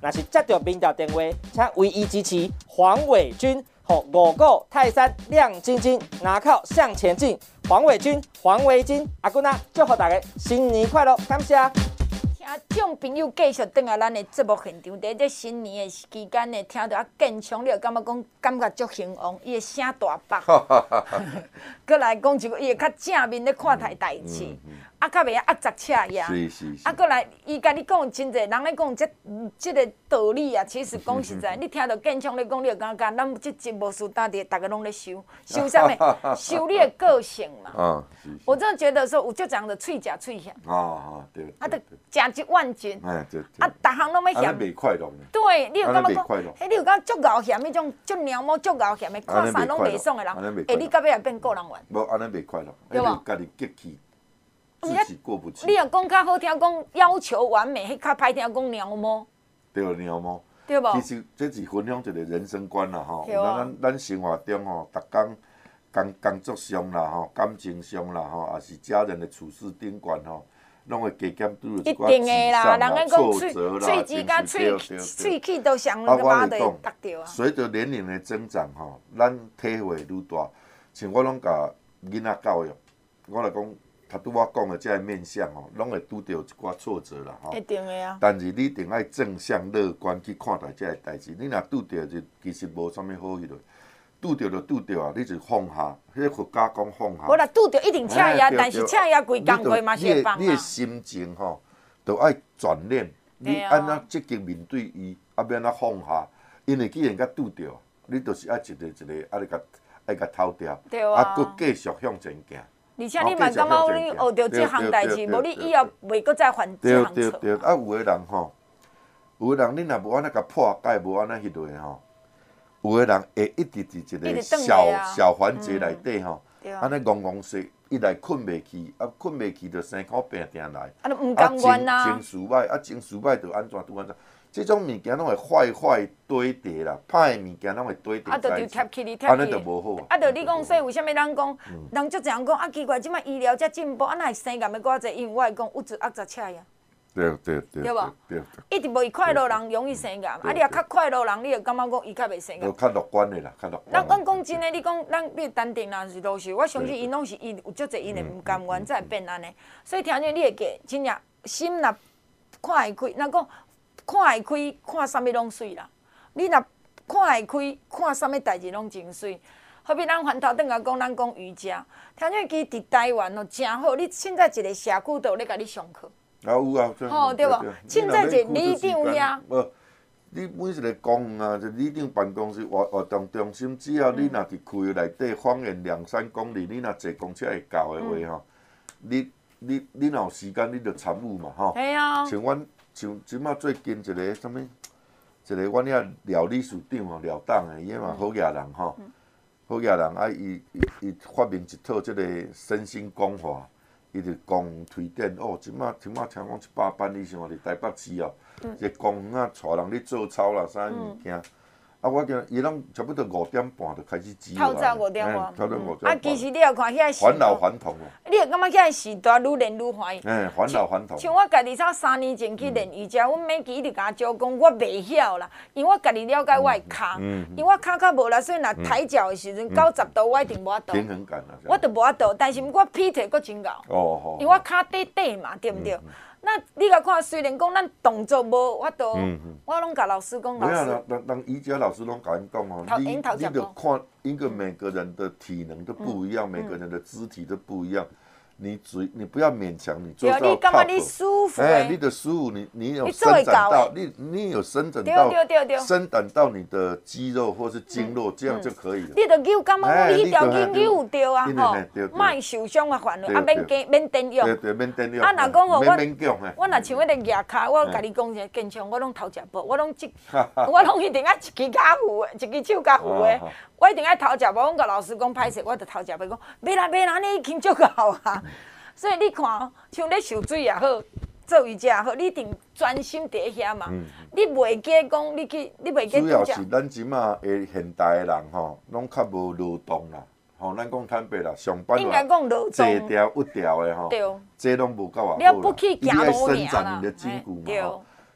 Speaker 5: 若是接到民调电话，请唯一支持黄伟君。五股泰山亮晶晶，拿靠向前进。黄伟君、黄维金、阿姑仔，祝福大家新年快乐，感谢。
Speaker 2: 听众朋友继续回来咱的节目现场，在这新年的期间呢，听到啊建昌，你就感觉讲感觉足兴旺，伊的声大北。过来讲一个，伊会较正面咧看待代志，啊较袂压杂车呀。啊，过来伊甲你讲真侪人咧讲即个道理啊，其实讲实在，你听到建昌咧讲，你就感觉咱即节无事打伫，大家拢咧修啥物？修你的个性嘛。我真的觉得说，有足人就喙食喙嫌。
Speaker 3: 对。
Speaker 2: 啊，就食一万斤。
Speaker 3: 对。
Speaker 2: 啊，逐项拢要嫌。
Speaker 3: 袂快乐呢。
Speaker 2: 对，你有感觉讲，迄你有感觉足熬嫌迄种足猫毛足熬嫌的，看啥拢袂爽的人，你到尾也变个人玩。
Speaker 3: 无安尼袂快乐，
Speaker 2: 对无？
Speaker 3: 家己激气，自己过不去。
Speaker 2: 你若讲较好听，讲要求完美，迄较歹听讲猫毛。
Speaker 3: 对，猫毛。
Speaker 2: 对无？
Speaker 3: 其实这是分享一个人生观啦，吼。咱生活中吼，逐工工作上啦，吼，感情上啦，吼，也是家人的处事顶管吼。拢会加减拄着一寡沮丧啦、挫折啦，
Speaker 2: 喙齿都上个巴都会达着啊。
Speaker 3: 随着年龄的增长吼，咱体会愈大。像我拢甲囡仔教育，我来讲，他拄我讲的这个面向吼，拢会拄着一寡挫折啦吼。
Speaker 2: 一定的啊。
Speaker 3: 但是你一定爱正向乐观去看待这个代志。你若拄着就其实无啥物好迄落。拄着就拄着啊，你就放下。迄个佛家讲放下。
Speaker 2: 无啦，拄着一定车压，但是车压规工课嘛是会放啊。
Speaker 3: 你的心情吼，就爱转念，你安怎积极面对伊，啊，要安怎放下？因为既然甲拄着，你就是爱一个爱甲偷掉，啊，佮继续向前行。
Speaker 2: 而且你嘛感觉你学着这项代志，无你以后袂搁再犯这项错。
Speaker 3: 对，啊，有的人吼，有的人你若无安尼甲破解，无安尼迄落吼。有的人会一直伫一个小环节内底吼，安尼戆说，一来困袂去，啊困袂去就生苦病定来，
Speaker 2: 啊都毋甘愿啦，
Speaker 3: 情绪歹，啊情绪歹就安怎拄安怎，这种物件拢会坏堆叠啦，歹物件拢会堆叠在一起，安尼就无好。
Speaker 2: 啊，就你讲说为虾米人讲，人足侪人讲啊奇怪，即摆医疗遮进步，啊哪会生癌的偌济？因为我会讲有治压杂车呀。
Speaker 3: 对
Speaker 2: 无？一直无伊快乐人容易生癌，啊！你若较快乐人，你就感觉讲伊较袂生癌。
Speaker 3: 较乐观的啦，较乐观。
Speaker 2: 咱讲真诶，你讲你淡定若是都是，我相信因拢是伊有足侪因诶毋甘愿才会变安尼。所以听见你会记，真正心若看会开，咱讲看会开，看啥物拢水啦。你若看会开，看啥物代志拢真水。好比咱翻头转来讲，咱讲瑜伽，听见其伫台湾哦真好。你凊彩一个社区都有咧甲你上课。
Speaker 3: 有啊，
Speaker 2: 吼对无？凊彩一个里长遐。
Speaker 3: 无，你每一个公园啊，就里长办公室活动中心，只要你若伫区内底方圆2-3公里，你若坐公车会到的话吼，你若有时间，你就参与嘛吼。
Speaker 2: 系啊。
Speaker 3: 像即马最近一个什物，一个阮遐廖理事长吼，廖党的，伊嘛好野人吼，好野人啊，伊发明一套即个身心讲话。伊就讲推荐哦，即马听讲100班以上伫台北市哦，一公园啊，带人咧做操啦，啥物件。啊，我见伊拢差不多5点半就开始煮
Speaker 2: 透早5点半。
Speaker 3: 透早5点半。
Speaker 2: 啊，其实你要看遐时
Speaker 3: 返老还童哦。
Speaker 2: 你会感觉遐时代愈练愈欢喜。
Speaker 3: 返老还童。
Speaker 2: 像我家己3年前去练瑜伽，阮每期一直甲我教讲，我袂晓啦，因为我家己了解我的骹，因为我骹较无力，所以若抬脚的时阵90度，我一定无法度。
Speaker 3: 平衡感啊。
Speaker 2: 我就无法度，但是我劈腿佫真高。哦。因为我骹短嘛，对毋对？那你甲看，虽然讲咱动作无法度，我拢甲老师讲，老师。
Speaker 3: 人瑜伽老师拢甲因讲哦，你就看，因为每个人的体能都不一样，每个人的肢体都不一样。你不要勉强你做到 top。
Speaker 2: 你感觉你舒服？
Speaker 3: 你的舒服，你有伸展到，你有伸展到，伸展到你的肌肉或是经络，这样就可以了。
Speaker 2: 你就感觉你迄条筋有对啊，吼，莫受伤啊烦恼，啊免电用。
Speaker 3: 对，免电用。
Speaker 2: 啊，若讲哦，我若
Speaker 3: 像
Speaker 2: 迄个举骹，我甲你讲一下，经常我拢头食步，我拢一定爱一支脚扶的，一支手脚扶的。我一定爱头食步，我甲老师讲歹势，我就头食步讲，袂啦，你已经足够啊。所以你看哦，像咧受水也好，做瑜伽也好，你一定专心伫遐嘛。你袂记讲，你袂记。
Speaker 3: 主要是咱即马的现代的人吼，拢较无劳动啦。吼，咱讲坦白啦，上班
Speaker 2: 应该讲劳动，
Speaker 3: 坐条屈条的吼，这拢无够啊。
Speaker 2: 你要不去行路
Speaker 3: 你爱伸展你的筋骨嘛。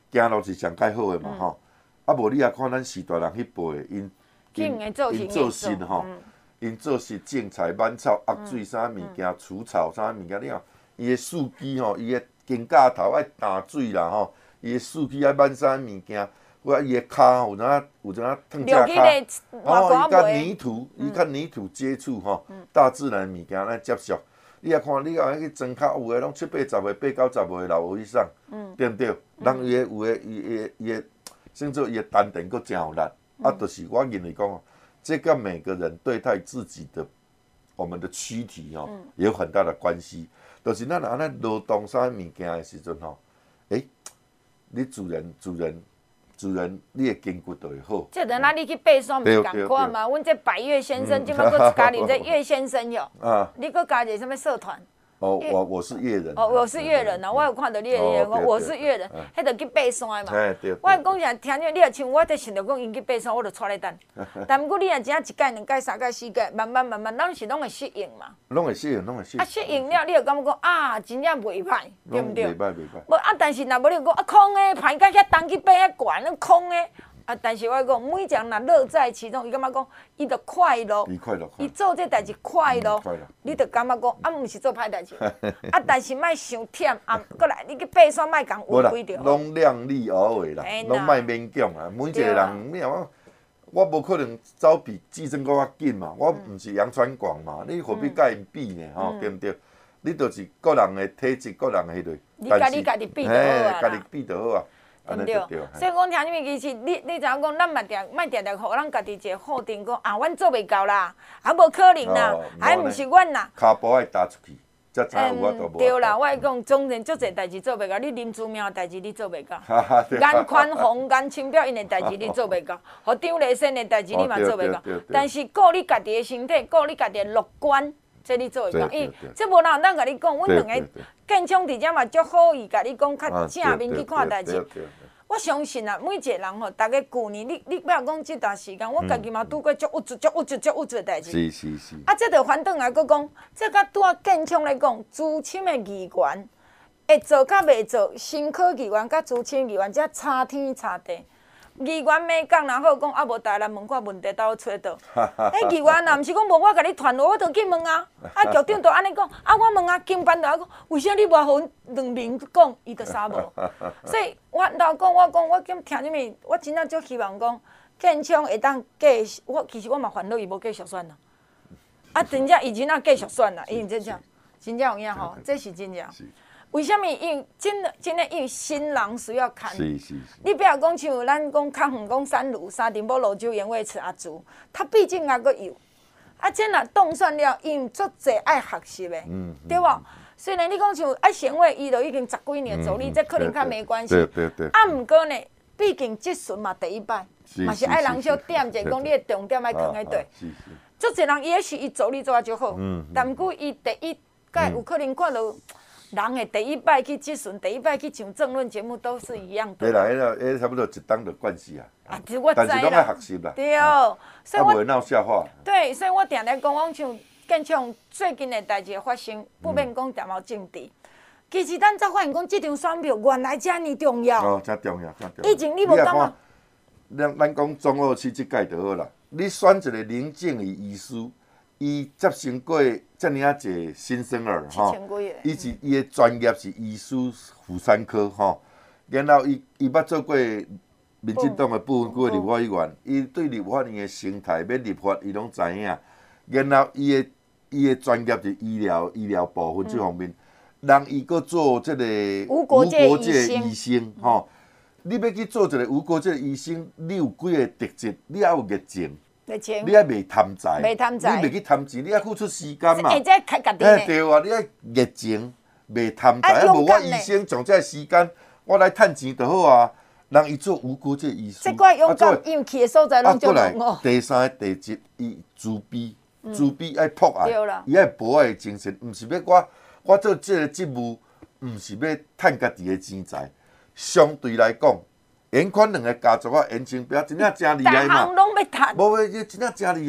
Speaker 3: 行路是上介好的嘛吼。啊无你也看咱时大人迄辈，因做新吼，因做新种菜、挽草、压水啥物件、除草啥物件，你看伊的树枝吼，伊的茎架头爱打水啦吼，伊的树枝爱挽啥物件。我伊个骹有怎烫只骹，伊甲泥土，伊甲泥土接触吼，大自然物件咱接触。你也看，你若去庄脚有诶，拢7、80岁、8、90岁老有以上，对毋对？人伊个甚至伊个丹田佫真有力，就是我认为讲，这跟每个人对待自己的我们的躯体也有很大的关系。就是咱安尼劳动啥物件的时阵你主人，你的筋骨就会好。
Speaker 2: 这等下你去爬山，毋是共款嘛？阮这百岳先生，即摆佫加入这岳先生哟。你佫加入什么社团？
Speaker 3: 我是越人。
Speaker 2: 我是越人啊！我有看到你的言讲，我是越人，迄著去爬山的嘛。我讲啥，听着你若像我在想着讲，因去爬山，我著带你等。但毋过你若真正1届、2届、3届、4届，慢慢，咱是拢会适应嘛。
Speaker 3: 拢会适应。
Speaker 2: 啊，适应了，你就感觉讲啊，真正袂歹，对毋对？
Speaker 3: 袂歹。
Speaker 2: 无啊，但是若无你讲啊，空的，排到遐重去爬遐悬，那空的。啊！但是我讲，每一个人若乐在其中，伊感觉讲，伊着快乐，伊做这代志快乐，你着感觉讲，啊，毋是做歹代志，啊，但是莫伤忝，啊，过来你去爬山，莫共误会着。
Speaker 3: 拢量力而为啦，拢莫勉强啊。每一个人，你讲我无可能走比技增搁较紧嘛，我毋是杨传广嘛，你何必甲因比呢？吼，对毋对？你就是个人的体质，个人的迄类，
Speaker 2: 你家己比就好啊，
Speaker 3: 家己比就好啊。
Speaker 2: 对不对？所以讲，听你们其实你知影讲，咱莫定定互咱家己一个否定讲啊，阮做袂到啦，啊无可能啦，还毋是阮啦。
Speaker 3: 骹步爱踏出去，才知有法度无。
Speaker 2: 对啦，我讲总然足侪代志做袂到，你林志妙的代志你做袂到，颜宽宏、颜清标因的代志你做袂到，和张立生的代志你嘛做袂到。但是顾你家己的身体，顾你家己的乐观。这你做会到，因为这无人咱甲你讲，阮两个建昌伫遮嘛足好意，甲你讲较正面去看代志。我相信啊，每一个人吼，逐个旧年你不要讲这段时间，我家己嘛拄过足郁卒的代志。是。啊，这着反倒来佫讲，这甲拄啊建昌来讲，资深的议员会做甲袂做，新科议员甲资深议员才差天差地。议员没讲，然后讲啊，无大来问看问题倒找倒。迄议员若毋是讲无我甲你传话，我着去问啊。啊，局长着安尼讲，啊，我问啊，经办着讲，为啥你无互2人讲，伊着啥无？所以我讲听你们，我真正足希望讲，建昌会当继续。其实我嘛烦恼伊无继续选啦。啊，真正伊真正继续选啦，因真正有影吼，这是真正。为什么？因真的因为新郎需要看。是。你不要讲像咱讲较远讲三芦、沙丁堡、泸州、盐味池阿竹，他毕竟还佫有。啊，这若动算了，因足侪爱学习的，对无？虽然你讲像爱贤惠，伊就已经10几年走你这可能较没关系。对。啊，毋过呢，毕竟这顺嘛第一摆，嘛是爱人小点者讲你的重点爱放喺对。足侪人也许伊走你做啊就好，但毋过伊第一届有可能看到。人的第一摆去质询，第一摆去上政论节目都是一样的。对
Speaker 3: 啦，迄差不多一档的关系啊。
Speaker 2: 啊，我知啦。
Speaker 3: 但是拢爱学习啦。
Speaker 2: 对，所以我
Speaker 3: 袂闹笑话。
Speaker 2: 对，所以我定定讲，我像建昌最近的代志发生，不免讲点毛政治。其实咱才发现讲，这张选票原来遮尔重要。
Speaker 3: 哦，遮重要。
Speaker 2: 以前你无感觉？
Speaker 3: 咱讲中二市这届就好啦。你选一个林正义医师。伊接生过遮尔啊侪新生儿吼，伊的专业是医师妇产科吼，然后伊捌做过民进党的部分区的立法委员，伊对立法院的生态要立法，伊拢知影。然后伊的专业是医疗部分这方面，让伊搁做这个无国界医生吼。你要去做一个无国界医生，你有几个特质？你要有热情。你还袂贪财，你袂去贪钱，你还付出时间嘛？对啊，你还热情，袂贪财。啊，无我医生上这时间，我来趁钱就好啊。人伊做无国界医生，
Speaker 2: 这块勇敢勇气的所在拢足浓
Speaker 3: 哦。第三个地质，伊自卑爱博爱，伊爱博爱的精神，毋是要我做这个职务，毋是要趁家己的钱财。相对来讲。严宽两个家族啊，严清标真正真厉害嘛！
Speaker 2: 大行拢要趁。
Speaker 3: 无，伊真正真厉害，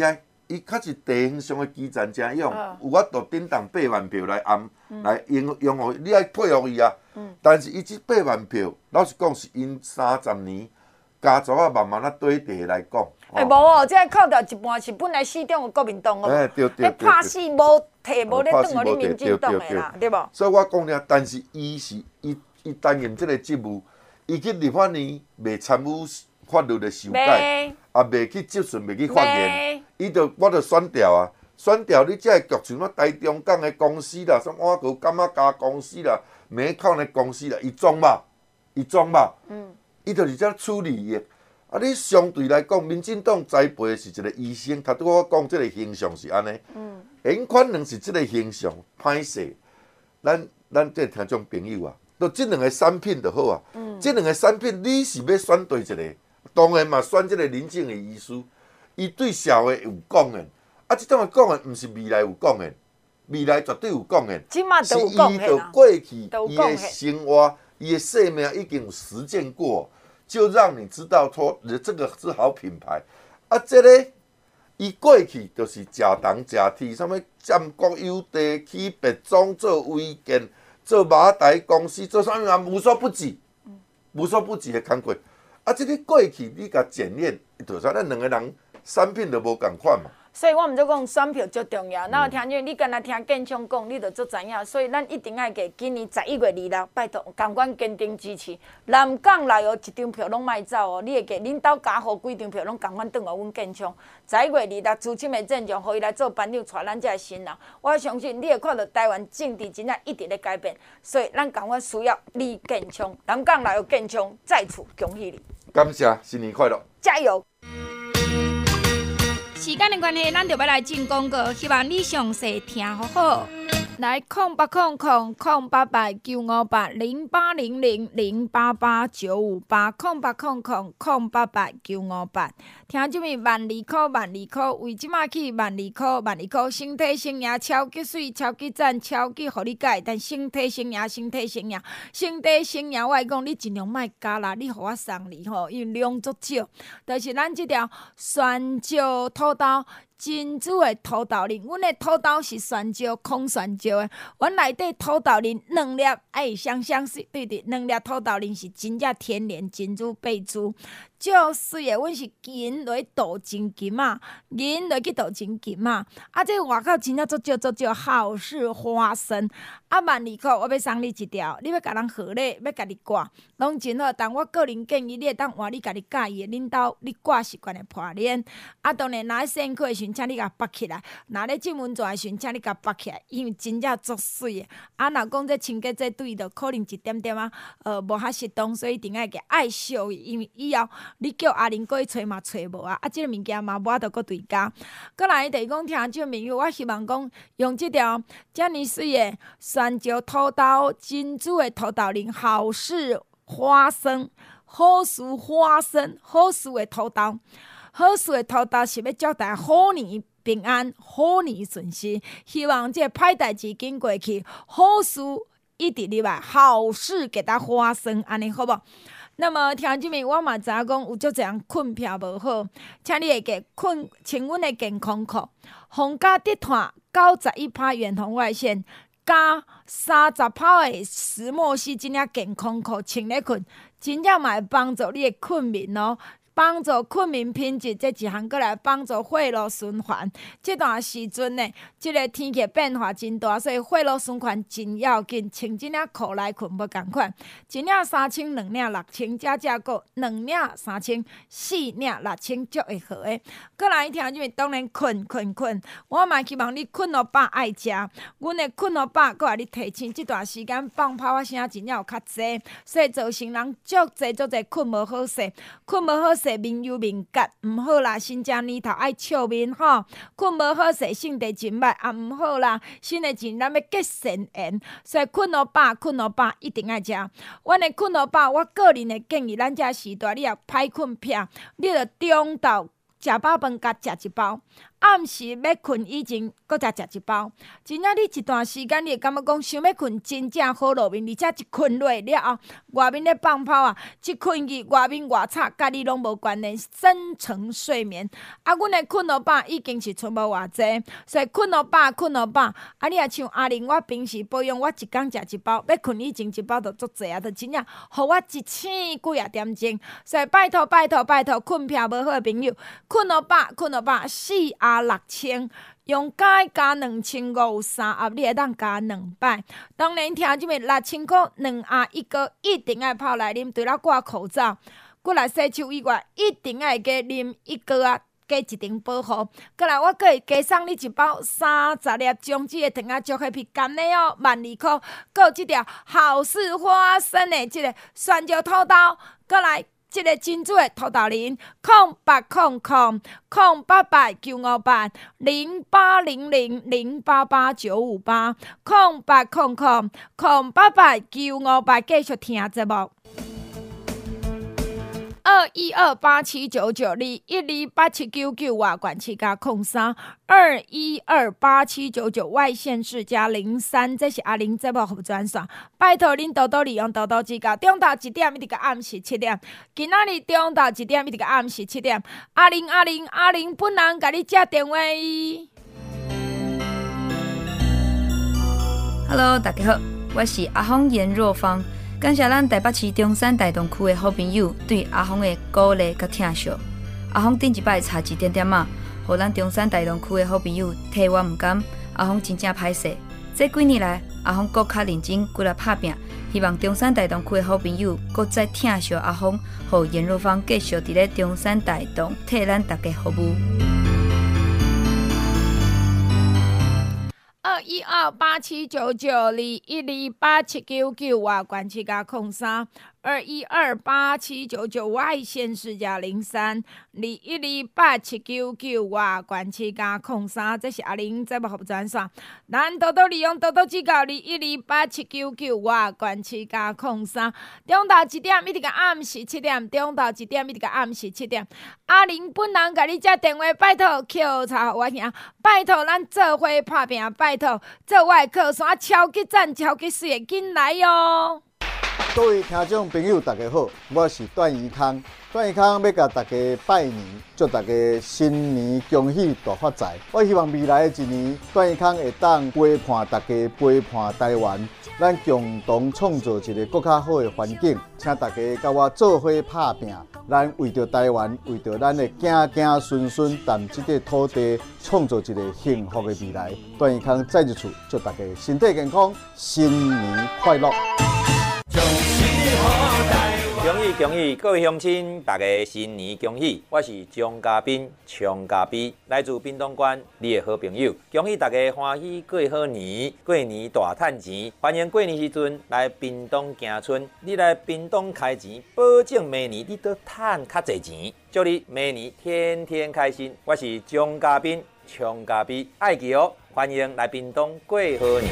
Speaker 3: 伊较是地方上的基层真用，有法度顶当8万票来按来用互你爱配合伊啊。但是伊即8万票，老实讲是因30年家族啊慢慢啊对地来讲。
Speaker 2: 无哦，这扣掉一半是本来市长的国民党哦，
Speaker 3: 对，
Speaker 2: 你拍死无摕无咧转互你民进党的啦，对无？
Speaker 3: 所以我讲了，但是伊担任即个职务，伊去立法院未参与法律的修改，也未去质询，未去发言，我就选掉啊！选掉你这个局像啊台中港的公司啦，什碗糕柑仔加公司啦，煤矿的公司啦，伊装吧，伊就是这处理的。啊，你相对来讲，民进党栽培的是一个医生，他对我讲，这个形象是安尼。很可能是这个形象歹势，咱这听众朋友啊，都这两个产品就好啊。这两个产品你是要选对一个，当然嘛选这个林正的医师，伊对社会有贡献。啊，这种的贡献，毋是未来有贡献，未来绝对有贡献。是伊就过去伊的生活、伊的生命已经有实践过，就让你知道说，这个是好品牌。啊，这个。伊过去就是食东食铁，什物占国有地、起别庄、做违建、做马台公司、做啥物啊，无所不至，无所不至的工作。啊，这个过去你甲检验，就是咱两个人产品就无共款嘛。
Speaker 2: 所以我毋就讲选票足重要。然后听见你敢若听建昌讲，你就足知影。所以咱一定爱给今年11月26，拜托，共阮坚定支持。南港内哦，一张票拢莫走哦。你会给恁兜加号几张票，拢共阮转互阮建昌。11月26，朱钦的阵容，互伊来做班长，带咱这新人。我相信你会看到台湾政治真正一直咧改变。所以咱共阮需要李建昌，南港内哦建昌再次恭喜你。
Speaker 3: 感谢，新年快乐！
Speaker 2: 加油！时间的关系，咱就要来进广告，希望你详细听好好。来0800-088-958-0800-088-958，听这面12000，为即马起12000，身体生涯超级水、超级赞、超级互你改，但身体生涯，我会讲你尽量莫加啦，你互我送你吼，因为量足少，就是咱即条酸椒土豆。珍珠的土豆仁，阮的土豆是酸椒、空酸椒的。阮内底土豆仁2粒，相对2粒土豆仁是真正天然珍珠贝珠，足水的。阮是银落去镀真金啊，啊，这外口真正足少，好事花生啊，12000，我要送你一条。你要甲人贺礼，要家己挂，拢真好。但我个人建议，你会当换你家己介意的，恁兜你挂习惯的破链。啊，当然，若先开的时，请你甲拔起来；若咧进门转的时，请你甲拔起来，因为真正足水的。啊，若讲这清洁这对的，可能一点点啊，无遐适当，所以一定爱给爱惜，因为以后你叫阿玲过去找嘛找无啊。啊，这个物件嘛，无法度搁对加。搁来就是讲听这朋友，我希望讲用这条遮尔水的酸椒土豆、珍珠的土豆仁、好事花生、好事的土豆。好事的土豆是要祝大家好年平安、好年顺心，希望这歹代志经过去，好事一直入来，好事给它发生，安尼好无？那么听这面我嘛知影讲有足侪人困票无好，请你会记困穿阮的健康裤，防假跌团91%远红外线，加30%的石墨烯真正健康裤穿咧困，真正嘛会帮助你的困眠哦。帮助困眠品质，这一项过来帮助血路循环。这段时阵呢，这个天气变化真大，所以血路循环真要紧。穿这领裤来困无共款，一领3000，2领6000，加个2领3000，4领6000，足会好诶。过来听这当然困，我嘛希望你困落饱爱食。阮的困落饱，搁互你提醒这段时间放炮啊声真正有较济，所以造成人足济困无好势，面油面角毋好啦，新正年头爱笑面吼，困无好势，性地真歹也毋好啦。新的钱咱要结善缘，所以困落饱一定爱食。阮的困落饱，我个人的建议，咱遮时代你若歹困片，你着中昼食饱饭甲食一包，暗时要困以前搁再食一包。真正你一段时间你会感觉讲想要困真正好落眠，而且一困落了后，外面咧放炮啊，一困去外面外吵，甲你拢无关联，深层睡眠。啊，阮的困落饱已经是剩无偌济，所以困落饱，困落饱。啊，你也像阿玲，我平时保养，我一工食一包，要困以前一包就足济啊，就真正互我1000几啊点钟。所以拜托拜托拜托，困票无好的朋友，困落饱，困落饱，4盒6000。用加加2553盒，你会当加2摆。当然，听即个6000块2盒1个，一定要泡来啉。除了挂口罩，过来洗手以外，一定要加啉1个啊，加一层保护。过来，我可以加送你一包30粒种子的糖仔竹叶皮干的哦，12块。还有即条好事花生的即个酸椒土豆，过来。即个珍珠的土豆仁，0800088958088958，0800088958，继续听节目。212879921128799外管气加03，2128799外线是加03，这是阿玲节目服专线。拜托恁多多利用多多指教。中昼1点一直到暗时7点，今仔日中昼1点一直到暗时7点，阿玲本人甲你接电话。
Speaker 6: Hello， 大家好，我是阿芳颜若芳。感谢咱台北市中山大同区的好朋友对阿芳的鼓励甲疼惜。阿芳顶一摆差一点点仔，互咱中山大同区的好朋友替我毋甘，阿芳真正歹势。这几年来，阿芳搁较认真过来拍拼，希望中山大同区的好朋友搁再疼惜阿芳，互颜若芳继续伫咧中山大同替咱大家服务。
Speaker 2: 212879921128799外管气加03，2128799外线是加03，2128799外管气加03，这是阿玲节目服专线。咱多多利用多多指教，2128799外管气加03。中昼1点一直到暗时7点，中昼1点一直到暗时7点。阿玲本人甲你接电话，拜托扣查我听，拜托咱做伙拍拼，拜托做我的靠山，超级赞、超级水的，紧来哟！
Speaker 7: 各位听众朋友，大家好，我是段宜康。段宜康要甲大家拜年，祝大家新年恭喜大发财。我希望未来的一年，段宜康会当陪伴大家，陪伴台湾，咱共同创造一个更较好的环境。请大家甲我做伙拍拼，咱为着台湾，为着咱的子子孙孙，踮这个土地，创造一个幸福的未来。段宜康再一次祝大家身体健康，新年快乐！
Speaker 8: 恭喜各位乡亲，大家新年恭喜！我是张嘉宾，张嘉宾来自屏东县，你的好朋友。恭喜大家欢喜过好年，过年大赚钱。欢迎过年时阵来屏东行村，你来屏东开钱，保证明年你都赚较侪钱。祝你明年天天开心！我是张嘉宾，张嘉宾爱记哦，欢迎来屏东过好年。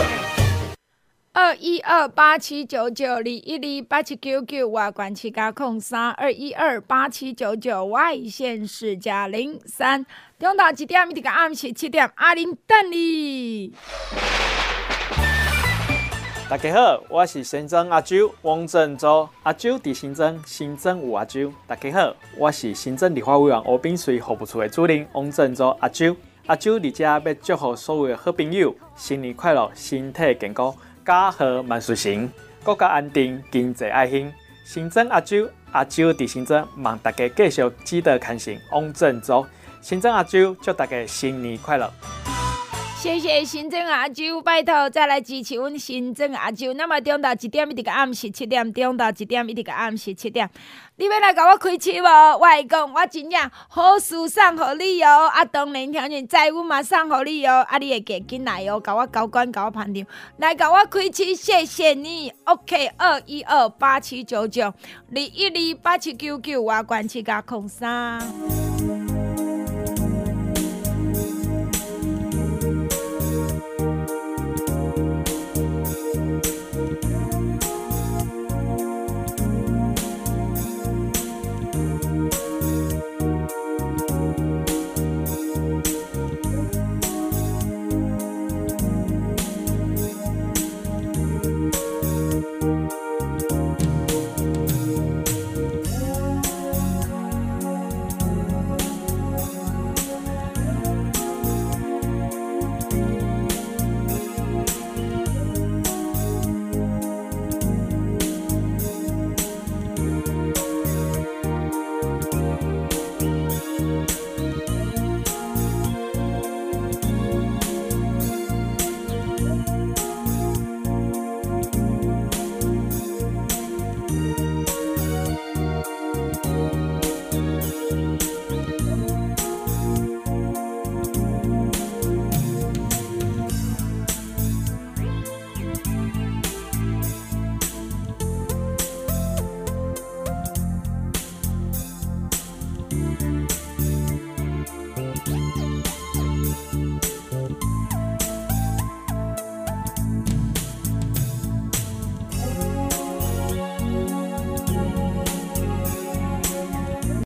Speaker 2: 212879921128799外管气加03，2128799外线是加03，中昼1点一直到暗时7点，阿玲等你。
Speaker 9: 大家好，我是新增阿周王振洲，阿周伫新增，新增有阿周。大家好，我是新增立法委员吴秉水服务处的主任王振洲阿周。阿周伫遮要祝福所有的好朋友新年快乐，身体健康。家和万事成，国家安定，经济爱兴。新增阿周，阿周伫新增，望大家继续积德看行，往正走。新增阿周，祝大家新年快乐！
Speaker 2: 谢谢新增阿周，拜托再来支持阮新增阿周。那么中昼1点一直到暗时7点，中昼1点一直到暗时7点，你要来甲我开车无？我会讲，我真正好事送互你哦。啊，当然条件财务嘛送互你哦。啊，你会记紧来哦，甲我交管，甲我盘点，来甲我开车，谢谢你。OK，2128799，2128799，我关车加03。